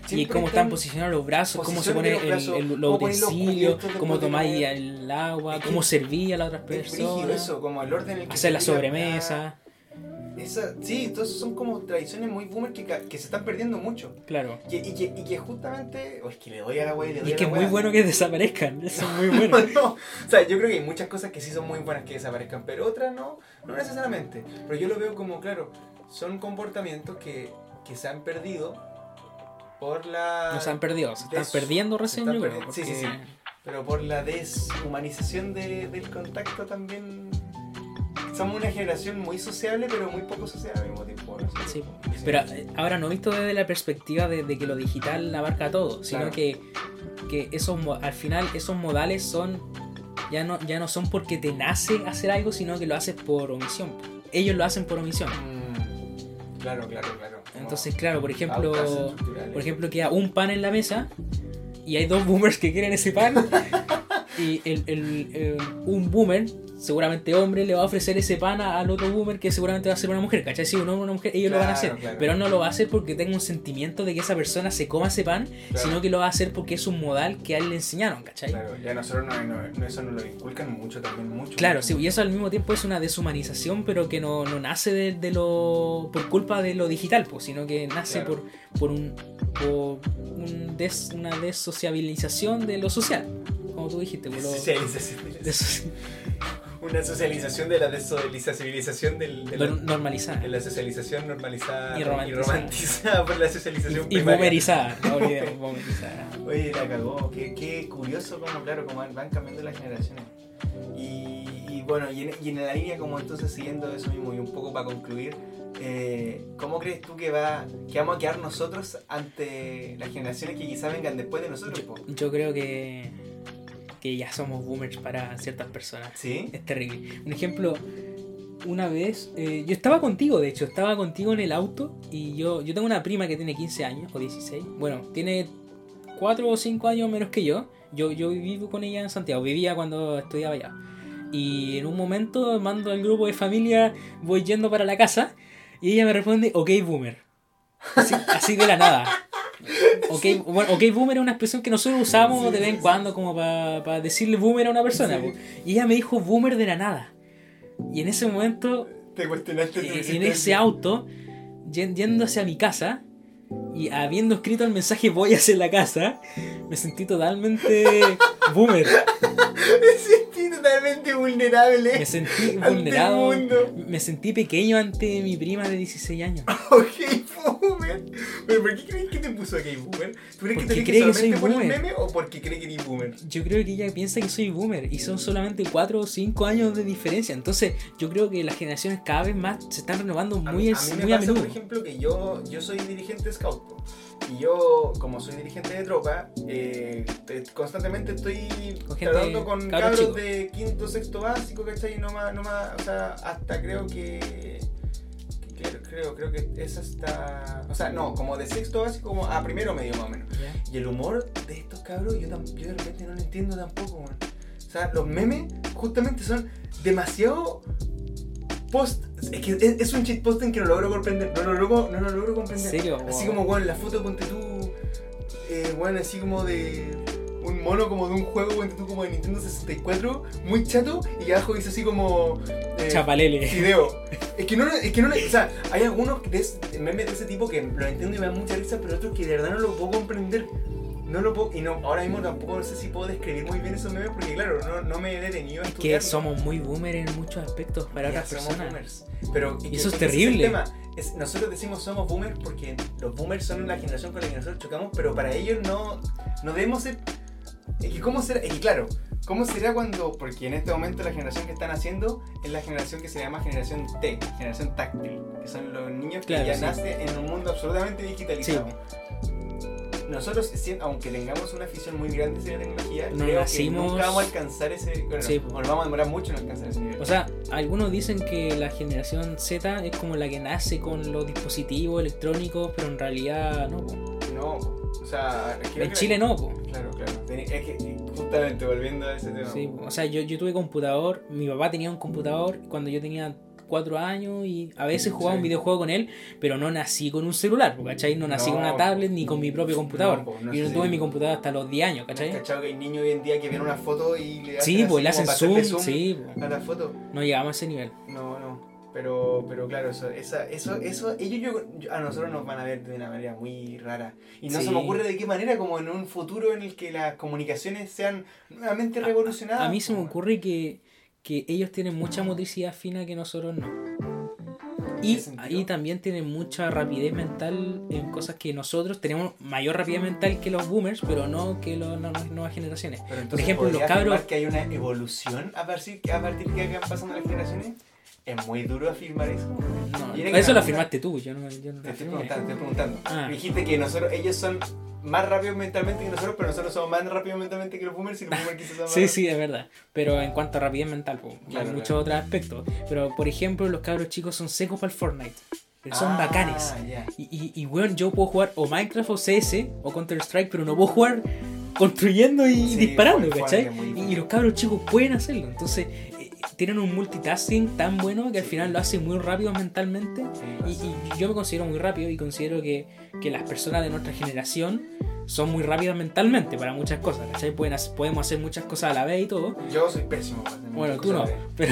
Speaker 1: y cómo están posicionados los brazos, cómo se pone los utensilios, cómo tomáis el agua, cómo servía a las otras personas,
Speaker 2: eso, como el orden en el que
Speaker 1: hacer la sobremesa.
Speaker 2: Sí, entonces son como tradiciones muy boomer que se están perdiendo mucho.
Speaker 1: Claro.
Speaker 2: Y que justamente... es que le doy a la wea y le doy
Speaker 1: y
Speaker 2: a la
Speaker 1: que es muy bueno que desaparezcan. Eso es muy bueno.
Speaker 2: No, o sea, yo creo que hay muchas cosas que sí son muy buenas que desaparezcan, pero otras no necesariamente. Pero yo lo veo como, claro, son comportamientos que se han perdido por la...
Speaker 1: No se han perdido, se están perdiendo recién, yo creo.
Speaker 2: Porque... Sí. Pero por la deshumanización del contacto también... Somos una generación muy sociable, pero muy poco sociable al mismo tiempo. ¿No?
Speaker 1: Sí, pero ahora no visto desde la perspectiva de que lo digital abarca todo, sino que al final esos modales son ya no son porque te nace hacer algo, sino que lo haces por omisión. Ellos lo hacen por omisión.
Speaker 2: Claro.
Speaker 1: Entonces, claro, por ejemplo, queda un pan en la mesa y hay dos boomers que quieren ese pan y un boomer, seguramente hombre, le va a ofrecer ese pan al otro boomer que seguramente va a ser una mujer, ¿cachai? Si un hombre o una mujer, ellos lo van a hacer, pero no lo va a hacer porque tenga un sentimiento de que esa persona se coma ese pan, sino que lo va a hacer porque es un modal que a él le enseñaron, ¿cachai?
Speaker 2: Claro, ya nosotros eso nos lo inculcan mucho también, mucho.
Speaker 1: Claro,
Speaker 2: mucho.
Speaker 1: Sí, y eso al mismo tiempo es una deshumanización, pero que no nace por culpa de lo digital, pues, sino que nace por una desociabilización de lo social, como tú dijiste.
Speaker 2: Una socialización de la desocialización
Speaker 1: normalizada.
Speaker 2: De la socialización normalizada
Speaker 1: y
Speaker 2: romantizada por la socialización
Speaker 1: y boomerizada. No olvidemos, boomerizada.
Speaker 2: Oye, la cagó. Qué curioso como van cambiando las generaciones. Y bueno, y en la línea como entonces siguiendo eso mismo y un poco para concluir, ¿cómo crees tú que vamos a quedar nosotros ante las generaciones que quizás vengan después de nosotros?
Speaker 1: Yo creo que ya somos boomers para ciertas personas.
Speaker 2: ¿Sí?
Speaker 1: Es terrible. Un ejemplo, una vez, yo estaba contigo en el auto y yo tengo una prima que tiene 15 años o 16. Bueno, tiene 4 o 5 años menos que yo. Yo vivo con ella en Santiago, vivía cuando estudiaba allá. Y en un momento mando al grupo de familia, voy yendo para la casa y ella me responde, ok boomer. Así de la nada. Ok boomer es una expresión que nosotros usamos de vez en cuando como para decirle boomer a una persona. Sí. Y ella me dijo boomer de la nada. Y en ese momento,
Speaker 2: te cuestionaste
Speaker 1: en ese auto, yendo hacia mi casa y habiendo escrito el mensaje voy hacia la casa, me sentí totalmente boomer.
Speaker 2: Me sentí totalmente vulnerable.
Speaker 1: Me sentí vulnerado. Me sentí pequeño ante mi prima de 16 años.
Speaker 2: Ok, boomer. ¿Pero por qué crees que te puso ok, boomer? ¿Tú crees que te lo solamente por el meme o porque cree que eres boomer?
Speaker 1: Yo creo que ella piensa que soy boomer y son solamente 4 o 5 años de diferencia. Entonces yo creo que las generaciones cada vez más se están renovando muy a menudo.
Speaker 2: Por ejemplo, que yo soy dirigente scout. Y yo, como soy dirigente de tropa, constantemente estoy tratando con cabros de quinto, sexto básico, ¿cachai? No más, o sea, hasta creo que es hasta... O sea, no, como de sexto básico como a primero medio más o menos. Yeah. Y el humor de estos cabros yo de repente no lo entiendo tampoco, man. O sea, los memes justamente son demasiado... Es que es un cheat posting que no logro comprender. No lo logro comprender.
Speaker 1: ¿En serio?
Speaker 2: Así como, bueno, la foto ponte tú, bueno, así como de un mono como de un juego, ponte tú como de Nintendo 64, muy chato, y abajo dice así como
Speaker 1: Chapalele.
Speaker 2: Video. Es que no, o sea, hay algunos memes de ese tipo que lo entiendo y me dan mucha risa, pero otros que de verdad no lo puedo comprender. No lo puedo, y no, ahora mismo tampoco no sé si puedo describir muy bien esos memes porque claro, no me he detenido a estudiarlo.
Speaker 1: Es que somos muy boomer en muchos aspectos para otras personas.
Speaker 2: Boomers. Pero,
Speaker 1: y eso es terrible.
Speaker 2: Es el tema. Nosotros decimos somos boomers porque los boomers son la generación con la que nosotros chocamos, pero para ellos no debemos ser... Es que ¿cómo será? Es que claro, ¿cómo será cuando...? Porque en este momento la generación que están haciendo es la generación que se llama generación T, generación táctil, que son los niños que ya nacen en un mundo absolutamente digitalizado. Sí. Nosotros, aunque tengamos una afición muy grande hacia la tecnología, creo que nunca vamos a alcanzar ese... Bueno, sí. O nos vamos a demorar mucho en alcanzar ese nivel.
Speaker 1: O sea, algunos dicen que la generación Z es como la que nace con los dispositivos electrónicos, pero en realidad no.
Speaker 2: No, o sea...
Speaker 1: En Chile no, po.
Speaker 2: Claro. Es que justamente volviendo a ese tema.
Speaker 1: Sí, o sea, yo tuve computador, mi papá tenía un computador cuando yo tenía 4 años y a veces jugaba un videojuego con él, pero no nací con un celular, ¿cachai? No nací con una tablet ni con mi propio computador. Yo no tuve mi computador hasta los 10 años, ¿cachai?
Speaker 2: ¿Cachai? Que hay niños hoy en día que ven una foto y le hacen
Speaker 1: Sí, pues le
Speaker 2: así
Speaker 1: hacen
Speaker 2: como para
Speaker 1: zoom,
Speaker 2: hacerle
Speaker 1: sí.
Speaker 2: a la foto.
Speaker 1: No llegamos a ese nivel.
Speaker 2: No. Pero claro, ellos a nosotros nos van a ver de una manera muy rara. Y no se me ocurre de qué manera, como en un futuro en el que las comunicaciones sean nuevamente revolucionadas.
Speaker 1: A mí se me ocurre que ellos tienen mucha motricidad fina que nosotros no. Y también tienen mucha rapidez mental en cosas que nosotros tenemos mayor rapidez mental que los boomers, pero no que las nuevas generaciones.
Speaker 2: Pero entonces,
Speaker 1: por ejemplo, los cabros...
Speaker 2: que hay una evolución a partir que van pasando las generaciones? Es muy duro afirmar eso.
Speaker 1: No, eso lo afirmaste tú, yo no
Speaker 2: te estoy preguntando.
Speaker 1: Ah.
Speaker 2: Dijiste que ellos son más rápidos mentalmente que nosotros, pero nosotros somos más rápidos mentalmente que los boomers y los boomers quizás son más
Speaker 1: Sí, es verdad. Pero en cuanto a rapidez mental, hay muchos otros aspectos. Pero por ejemplo, los cabros chicos son secos para el Fortnite. Son bacanes.
Speaker 2: Yeah.
Speaker 1: Y bueno, yo puedo jugar o Minecraft o CS o Counter Strike, pero no puedo jugar construyendo y disparando, ¿cachai? Y los cabros chicos pueden hacerlo. Entonces tienen un multitasking tan bueno que al final lo hacen muy rápido mentalmente. Y yo me considero muy rápido y considero que las personas de nuestra generación son muy rápidas mentalmente para muchas cosas, ¿cachai? Podemos hacer muchas cosas a la vez y todo.
Speaker 2: Yo soy pésimo.
Speaker 1: Bueno, tú no, pero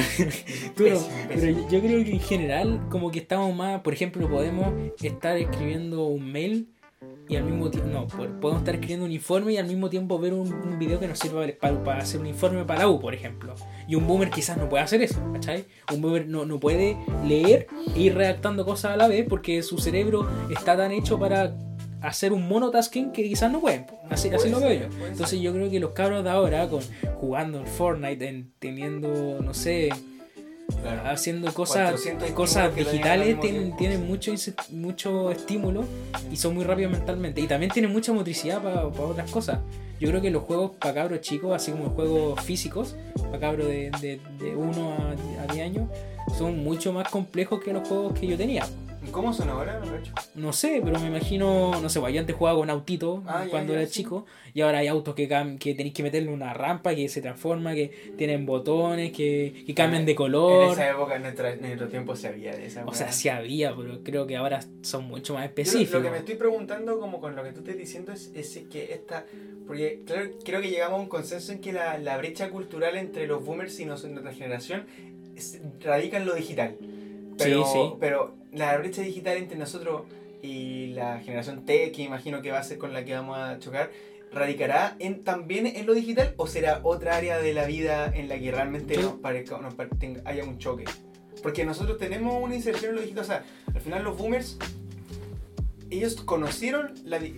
Speaker 1: yo creo que en general como que estamos más, por ejemplo, podemos estar escribiendo un mail y al mismo tiempo, podemos estar escribiendo un informe y al mismo tiempo ver un video que nos sirva para hacer un informe para la U, por ejemplo. Y un boomer quizás no puede hacer eso, ¿cachai? Un boomer no puede leer e ir redactando cosas a la vez porque su cerebro está tan hecho para hacer un monotasking que quizás no pueden. Así lo veo yo. Entonces yo creo que los cabros de ahora, jugando en Fortnite, teniendo, no sé... Claro. Haciendo cosas digitales tienen mucho estímulo y son muy rápidos mentalmente y también tienen mucha motricidad para otras cosas. Yo creo que los juegos para cabros chicos, así como los juegos físicos para cabros de 1 a 10 años, son mucho más complejos que los juegos que yo tenía.
Speaker 2: ¿Cómo son ahora?
Speaker 1: No sé, pero me imagino, no sé, yo antes jugaba con autito cuando era chico y ahora hay autos que tenéis que meterle una rampa que se transforma, que tienen botones, que cambian de color.
Speaker 2: En esa época, en nuestro tiempo se había de esa época.
Speaker 1: O sea, sí había, pero creo que ahora son mucho más específicos.
Speaker 2: Lo que me estoy preguntando, como con lo que tú estás diciendo, es que porque claro, creo que llegamos a un consenso en que la brecha cultural entre los boomers y nuestra generación radica en lo digital. Pero la brecha digital entre nosotros y la generación T, que imagino que va a ser con la que vamos a chocar, ¿radicará también en lo digital o será otra área de la vida en la que realmente haya un choque? Porque nosotros tenemos una inserción en lo digital, o sea, al final los boomers, ellos conocieron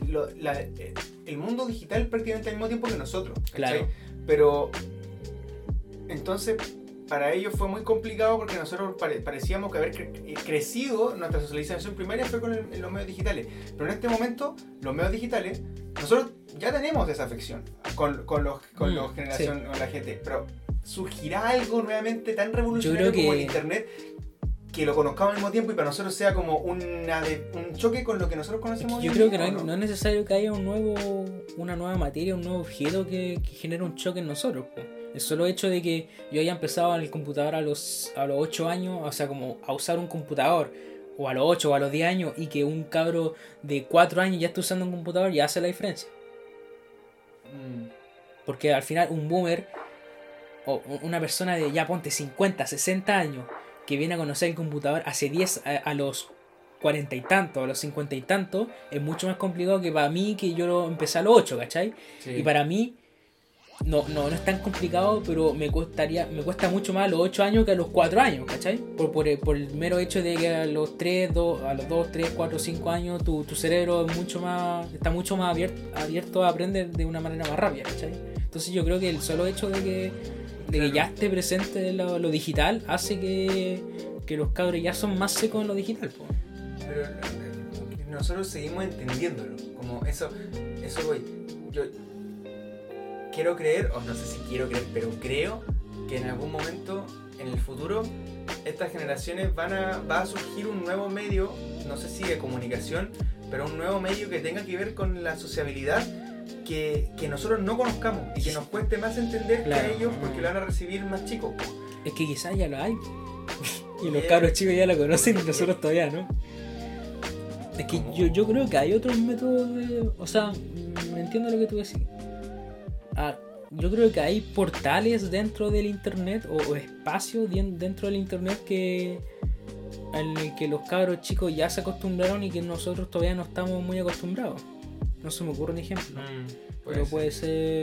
Speaker 2: el mundo digital prácticamente al mismo tiempo que nosotros, ¿cachai?
Speaker 1: Claro.
Speaker 2: Pero entonces para ellos fue muy complicado porque nosotros parecíamos que haber crecido, nuestra socialización primaria fue con los medios digitales. Pero en este momento, los medios digitales, nosotros ya tenemos esa afección con los generación, con la gente. Pero surgirá algo nuevamente tan revolucionario como el internet, que lo conozcamos al mismo tiempo y para nosotros sea como un choque con lo que nosotros conocemos.
Speaker 1: Yo creo que no es necesario que haya una nueva materia, un nuevo objeto que genere un choque en nosotros, pues. El solo hecho de que yo haya empezado en el computador a los 8 años, o sea, como a usar un computador, o a los 8 o a los 10 años, y que un cabro de 4 años ya esté usando un computador, ya hace la diferencia. Porque al final un boomer, o una persona de ya ponte 50, 60 años, que viene a conocer el computador hace 10 a los 40 y tantos, a los 50 y tantos, es mucho más complicado que para mí, que yo lo empecé a los 8, ¿cachai? Sí. Y para mí no es tan complicado, pero me cuesta mucho más a los 8 años que a los 4 años, ¿cachai? Por el mero hecho de que a los 2, 3, 4, 5 años tu cerebro está mucho más abierto a aprender de una manera más rápida, ¿cachai? Entonces yo creo que el solo hecho de que ya esté presente lo digital hace que los cabros ya son más secos en lo digital, po.
Speaker 2: Pero nosotros seguimos entendiéndolo, como eso voy. Yo quiero creer, o no sé si quiero creer, pero creo que en algún momento en el futuro estas generaciones va a surgir un nuevo medio, no sé si de comunicación, pero un nuevo medio que tenga que ver con la sociabilidad que nosotros no conozcamos y que nos cueste más entender, claro, que a ellos, porque lo van a recibir más chicos.
Speaker 1: Es que quizás ya lo hay. Y los cabros chicos ya la conocen y nosotros todavía no. Es que yo creo que hay otros métodos de... O sea, entiendo lo que tú decís. Yo creo que hay portales dentro del internet o espacios dentro del internet en el que los cabros chicos ya se acostumbraron y que nosotros todavía no estamos muy acostumbrados. No se me ocurre un ejemplo. Pero puede ser...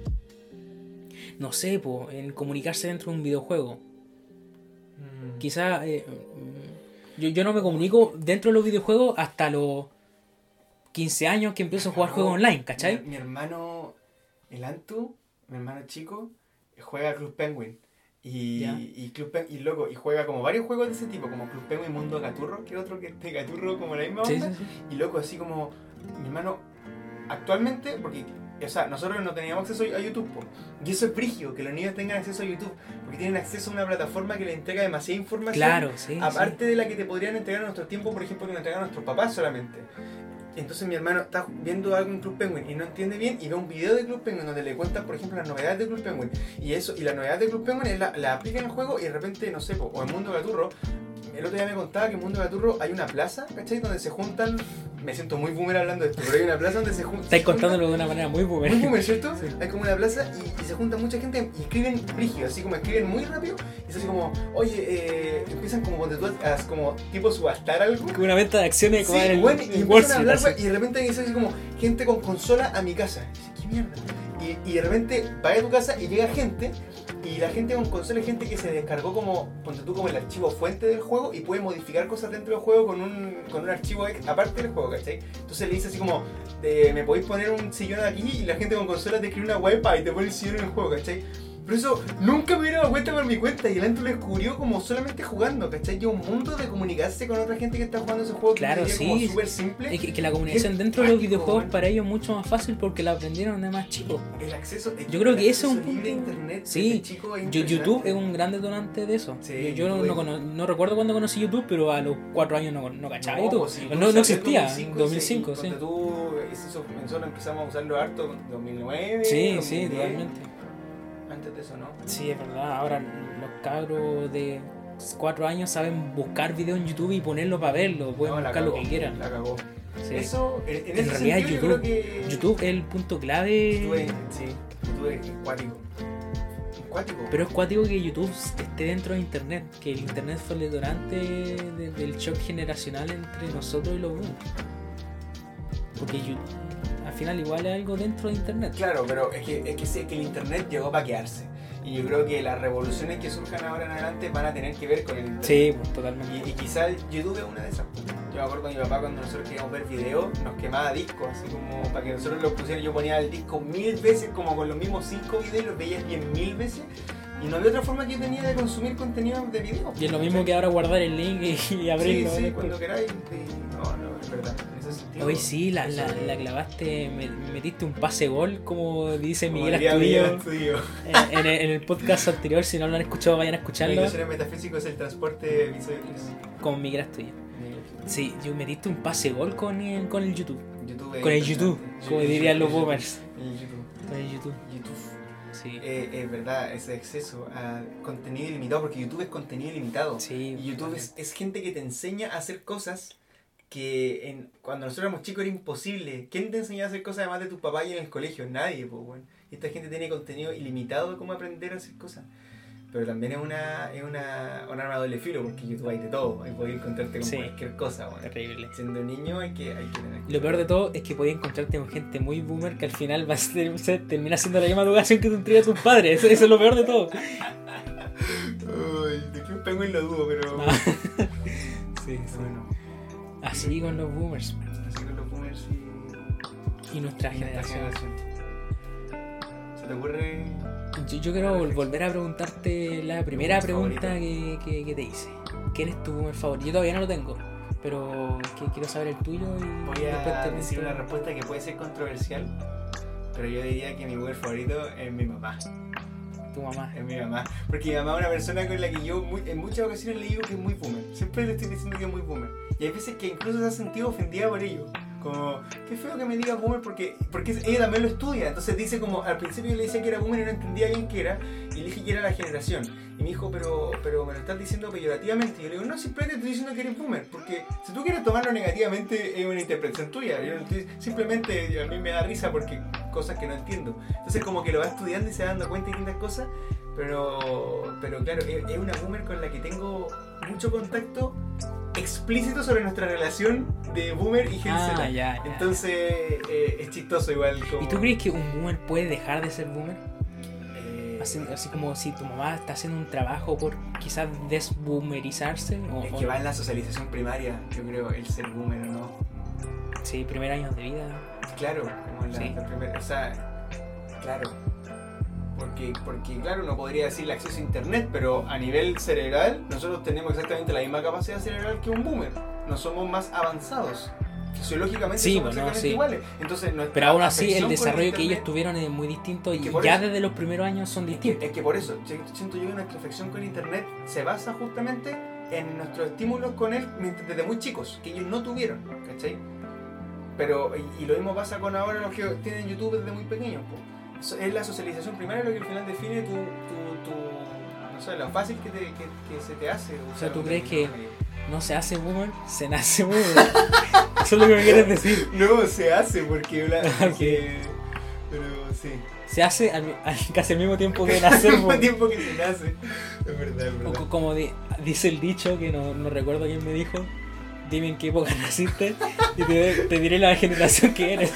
Speaker 1: No sé, en comunicarse dentro de un videojuego. Quizá yo no me comunico dentro de los videojuegos hasta los 15 años que empiezo a jugar juegos online, ¿cachai?
Speaker 2: Mi hermano, el Antu, mi hermano chico, juega Club Penguin. Y juega como varios juegos de ese tipo, como Club Penguin, Mundo Gaturro, que es otro que es de Gaturro como la misma onda. Sí. Y loco, así como mi hermano actualmente, porque o sea, nosotros no teníamos acceso a YouTube, y eso es brígido, que los niños tengan acceso a YouTube, porque tienen acceso a una plataforma que les entrega demasiada información,
Speaker 1: claro, sí,
Speaker 2: aparte de la que te podrían entregar en nuestro tiempo, por ejemplo, que nos entregan nuestros papás solamente. Entonces mi hermano está viendo algo en Club Penguin y no entiende bien y ve un video de Club Penguin donde le cuentan, por ejemplo, las novedades de Club Penguin, y la novedad de Club Penguin es la aplica en el juego y de repente, no sé, o en Mundo Gaturro. El otro día me contaba que en Mundo Gaturro hay una plaza, ¿cachai? Donde se juntan... Me siento muy boomer hablando de esto, pero hay una plaza donde se juntan...
Speaker 1: Estáis contándolo de una manera muy boomer.
Speaker 2: Muy boomer, ¿cierto?
Speaker 1: Sí.
Speaker 2: Hay como una plaza y se junta mucha gente y escriben brígido, así como escriben muy rápido. Y es así como, oye, empiezan como cuando tú como tipo subastar algo.
Speaker 1: Como una venta de acciones como en
Speaker 2: bueno, y empiezan a hablar, y de repente dice así como, gente con consola a mi casa. Y dice, ¿qué mierda? Y de repente va a tu casa y llega gente... Y la gente con consola es gente que se descargó como, ponte tú, como el archivo fuente del juego y puede modificar cosas dentro del juego con un archivo aparte del juego, ¿cachai? Entonces le dice así como, me podéis poner un sillón aquí y la gente con consola te escribe una web y te pone el sillón en el juego, ¿cachai? Pero eso nunca me hubiera dado cuenta por mi cuenta y el Anto lo descubrió como solamente jugando, ¿cachai? Y un mundo de comunicarse con otra gente que está jugando ese juego,
Speaker 1: claro,
Speaker 2: que
Speaker 1: sí,
Speaker 2: como súper simple.
Speaker 1: Es que la comunicación dentro de los videojuegos para ellos es mucho más fácil porque la aprendieron de más chicos.
Speaker 2: El acceso,
Speaker 1: yo creo que ese es un punto.
Speaker 2: Internet,
Speaker 1: sí,
Speaker 2: chico es
Speaker 1: YouTube es un gran detonante de eso.
Speaker 2: Sí,
Speaker 1: yo no recuerdo cuándo conocí YouTube, pero a los 4 años no cachaba YouTube.
Speaker 2: Sí,
Speaker 1: no existía,
Speaker 2: 2005,
Speaker 1: sí.
Speaker 2: Nosotros empezamos a usarlo harto en 2009.
Speaker 1: Sí,
Speaker 2: 2010.
Speaker 1: Sí, totalmente.
Speaker 2: Antes de eso, ¿no?
Speaker 1: Sí, es verdad. Ahora los cabros de 4 años saben buscar videos en YouTube y ponerlo para verlo. Pueden buscar lo que quieran.
Speaker 2: La cagó.
Speaker 1: Sí.
Speaker 2: Eso, en
Speaker 1: realidad
Speaker 2: sentido,
Speaker 1: YouTube,
Speaker 2: que...
Speaker 1: YouTube es el punto clave.
Speaker 2: YouTube es cuático.
Speaker 1: Pero es cuático que YouTube esté dentro de Internet. Que el Internet fue el detonante del shock generacional entre nosotros y los boomers. Porque al final igual es algo dentro de Internet.
Speaker 2: Claro, pero es que el Internet llegó para quedarse. Y yo creo que las revoluciones que surjan ahora en adelante van a tener que ver con el Internet.
Speaker 1: Sí, pues, totalmente.
Speaker 2: Y quizás YouTube es una de esas. Yo me acuerdo con mi papá cuando nosotros queríamos ver videos, nos quemaba discos, así como para que nosotros los pusiéramos. Yo ponía el disco 1000 veces, como con los mismos 5 videos, los veías 10.000 veces. Y no había otra forma que yo tenía de consumir contenido de video.
Speaker 1: Y es lo mismo que ahora guardar el link y abrirlo.
Speaker 2: Sí, cuando queráis. No, es verdad.
Speaker 1: Hoy sí, la clavaste, metiste un pase gol, como dice
Speaker 2: como
Speaker 1: Miguel Astudillo en el podcast anterior. Si no lo han escuchado, vayan a escucharlo.
Speaker 2: La ilusión metafísico es el transporte visual.
Speaker 1: Con Miguel Astudillo. Sí, yo metiste un pase gol con el YouTube.
Speaker 2: Con
Speaker 1: el YouTube, como dirían los boomers.
Speaker 2: Con el YouTube. Sí. Es verdad, ese acceso a contenido ilimitado, porque YouTube es contenido ilimitado.
Speaker 1: Sí,
Speaker 2: y YouTube es gente que te enseña a hacer cosas que cuando nosotros éramos chicos era imposible. ¿Quién te enseñaba a hacer cosas además de tus papás y en el colegio? Nadie, pues, bueno. Y esta gente tiene contenido ilimitado de cómo aprender a hacer cosas. Pero también es un arma de doble filo, porque en YouTube hay de todo. Ahí podés encontrarte con cualquier cosa, bueno.
Speaker 1: Terrible.
Speaker 2: Siendo niño hay que tener.
Speaker 1: Lo peor de todo es que podías encontrarte con gente muy boomer que al final termina siendo la misma educación que te entrega tus padres. Eso es lo peor de todo.
Speaker 2: Uy, de que pego en lo dudo, pero...
Speaker 1: No. Sí. Bueno. Así con los boomers. Y nuestra generación.
Speaker 2: ¿Se te ocurre...?
Speaker 1: Yo quiero volver a preguntarte la primera pregunta que te hice. ¿Quién es tu boomer favorito? Yo todavía no lo tengo, pero quiero saber el tuyo. Y
Speaker 2: voy a decir una respuesta que puede ser controversial, pero yo diría que mi boomer favorito es mi mamá.
Speaker 1: ¿Tu mamá?
Speaker 2: Es mi mamá. Porque mi mamá es una persona con la que yo en muchas ocasiones le digo que es muy boomer. Siempre le estoy diciendo que es muy boomer. Y hay veces que incluso se ha sentido ofendida por ello. Como, qué feo que me diga boomer porque ella también lo estudia. Entonces dice como, al principio yo le decía que era boomer y no entendía bien qué era. Y le dije que era la generación. Y me dijo, pero me lo estás diciendo peyorativamente. Y yo le digo, no, simplemente estoy diciendo que eres boomer. Porque si tú quieres tomarlo negativamente es una interpretación tuya. Simplemente a mí me da risa porque cosas que no entiendo. Entonces como que lo va estudiando y se va dando cuenta de distintas cosas. Pero claro, es una boomer con la que tengo mucho contacto explícito sobre nuestra relación de boomer y Gen Z.
Speaker 1: Ya.
Speaker 2: Entonces es chistoso igual. Como...
Speaker 1: ¿Y tú crees que un boomer puede dejar de ser boomer? Así como si tu mamá está haciendo un trabajo por quizás desboomerizarse.
Speaker 2: Es que va en la socialización primaria, yo creo, el ser boomer, ¿no?
Speaker 1: Sí, primer año de vida.
Speaker 2: Claro, como en la primera, o sea, claro. Porque claro, no podría decir el acceso a internet, pero a nivel cerebral nosotros tenemos exactamente la misma capacidad cerebral que un boomer. No somos más avanzados. Fisiológicamente somos exactamente iguales. Entonces,
Speaker 1: pero aún así el desarrollo que ellos tuvieron es muy distinto y ya eso, desde los primeros años son distintos.
Speaker 2: Es que por eso, siento yo que nuestra afección con internet se basa justamente en nuestros estímulos con él desde muy chicos, que ellos no tuvieron, ¿cachai? Pero, y lo mismo pasa con ahora los que tienen YouTube desde muy pequeños, es la socialización primaria lo que al final define tu no sé, lo fácil que se te hace.
Speaker 1: O sea, ¿tú crees que no se hace boomer, se nace boomer? Eso es lo que me quieres decir.
Speaker 2: No, se hace porque pero sí.
Speaker 1: Se hace casi al mismo tiempo que nacer.
Speaker 2: Al mismo tiempo que se nace. Es verdad.
Speaker 1: O como dice el dicho, que no recuerdo quién me dijo, dime en qué época naciste y te diré la generación que eres.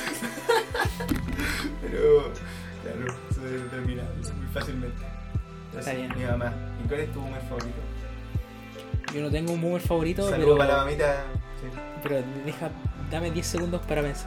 Speaker 2: Pero, claro, eso debe determinar muy fácilmente.
Speaker 1: Está bien.
Speaker 2: Mi mamá. ¿Y cuál es tu boomer favorito?
Speaker 1: Yo no tengo un boomer favorito,
Speaker 2: Saludos para la mamita. Sí.
Speaker 1: Pero dame 10 segundos para pensar.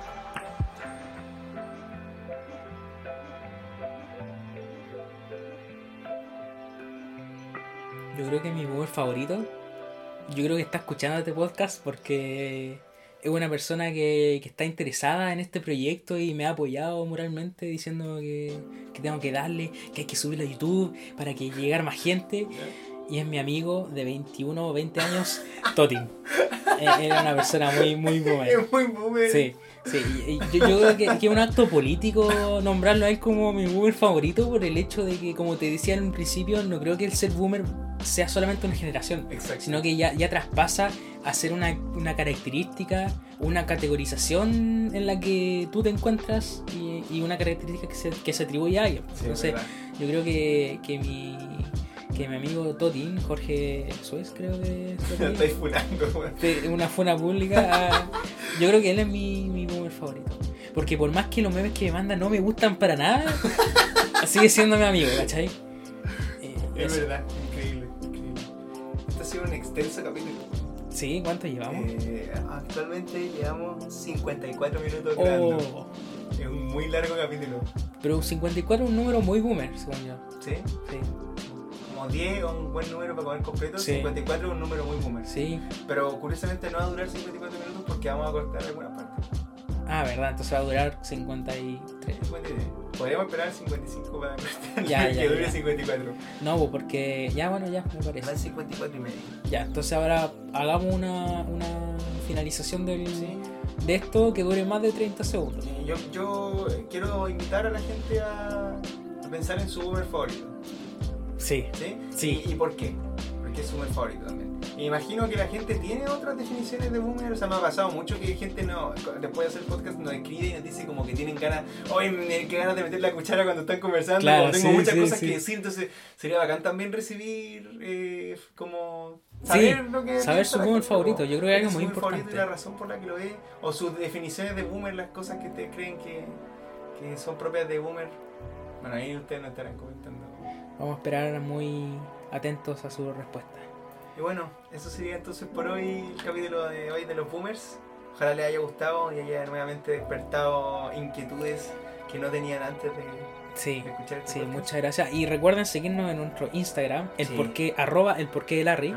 Speaker 1: Yo creo que mi boomer favorito, yo creo que está escuchando este podcast porque es una persona que está interesada en este proyecto y me ha apoyado moralmente diciendo que tengo que darle, que hay que subirlo a YouTube para que llegue más gente. Y es mi amigo de 21 o 20 años, Totin. Era una persona muy boomer.
Speaker 2: Es muy boomer.
Speaker 1: Sí. Y yo creo que es un acto político nombrarlo a él como mi boomer favorito por el hecho de que, como te decía en un principio, no creo que el ser boomer sea solamente una generación.
Speaker 2: Exacto.
Speaker 1: Sino que ya traspasa a ser una característica, una categorización en la que tú te encuentras y una característica que se atribuye a alguien.
Speaker 2: Sí,
Speaker 1: entonces yo creo que mi amigo Totin, Jorge Suez, creo que es.
Speaker 2: Estáis funando,
Speaker 1: una funa pública. Yo creo que él es mi boomer favorito. Porque por más que los memes que me manda no me gustan para nada, sigue siendo mi amigo, ¿cachai?
Speaker 2: Es verdad, increíble. Este ha sido un extenso capítulo.
Speaker 1: Sí, ¿cuánto llevamos?
Speaker 2: Actualmente llevamos 54 minutos grabando. Es un muy largo capítulo.
Speaker 1: Pero 54 es un número muy boomer, según yo.
Speaker 2: ¿Sí?
Speaker 1: Sí.
Speaker 2: 10 es un buen número para comer completo,
Speaker 1: sí.
Speaker 2: 54 es un número muy boomer.
Speaker 1: Sí.
Speaker 2: Pero curiosamente no va a durar 54 minutos porque vamos a cortar alguna parte.
Speaker 1: Ah, verdad, entonces va a durar 53.
Speaker 2: Podríamos esperar 55 para cortar
Speaker 1: que
Speaker 2: dure 54.
Speaker 1: No, porque ya me parece.
Speaker 2: Van 54 y medio.
Speaker 1: Ya, entonces ahora hagamos una finalización de esto que dure más de 30 segundos.
Speaker 2: Yo quiero invitar a la gente a pensar en su boomer favorito.
Speaker 1: Sí.
Speaker 2: ¿Y por qué? Porque es su boomer favorito también. Me imagino que la gente tiene otras definiciones de boomer. O sea, me ha pasado mucho que gente después de hacer podcast nos escribe y nos dice como que tienen ganas, oye, qué ganas de meter la cuchara cuando están conversando. Claro, tengo muchas cosas que decir, entonces sería bacán también recibir como saber lo que
Speaker 1: saber su boomer favorito. Yo creo que es algo muy importante.
Speaker 2: Favorito y la razón por la que lo ve, o sus definiciones de boomer, las cosas que ustedes creen que son propias de boomer. Bueno, ahí ustedes nos estarán comentando.
Speaker 1: Vamos a esperar muy atentos a su respuesta.
Speaker 2: Y bueno, eso sería entonces por hoy el capítulo de hoy de los boomers. Ojalá les haya gustado y haya nuevamente despertado inquietudes que no tenían antes de escuchar este podcast.
Speaker 1: Muchas gracias. Y recuerden seguirnos en nuestro Instagram, @elporqué de Larry.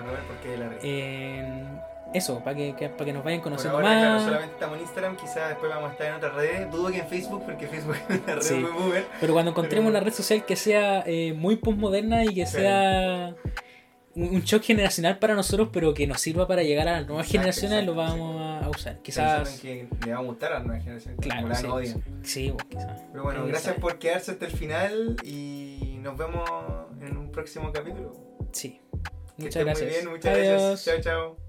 Speaker 1: Eso, para que nos vayan conociendo
Speaker 2: ahora,
Speaker 1: más.
Speaker 2: Claro, solamente estamos en Instagram, quizás después vamos a estar en otras redes. Dudo que en Facebook, porque Facebook es una red muy boomer.
Speaker 1: Pero cuando encontremos una red social que sea muy postmoderna y que sea
Speaker 3: un shock generacional para nosotros, pero que nos sirva para llegar a las nuevas generaciones, lo vamos a usar.
Speaker 2: Pensando
Speaker 3: Quizás.
Speaker 2: en que le va a gustar a las nuevas generaciones.
Speaker 3: Claro,
Speaker 2: Como la
Speaker 3: sí,
Speaker 2: odian.
Speaker 3: sí, pues, quizás.
Speaker 2: Pero bueno, gracias por quedarse hasta el final y nos vemos en un próximo capítulo.
Speaker 3: Sí.
Speaker 2: Que
Speaker 3: Muchas
Speaker 2: estén
Speaker 3: gracias.
Speaker 2: muy bien, muchas
Speaker 3: Adiós.
Speaker 2: gracias. Chao, chao.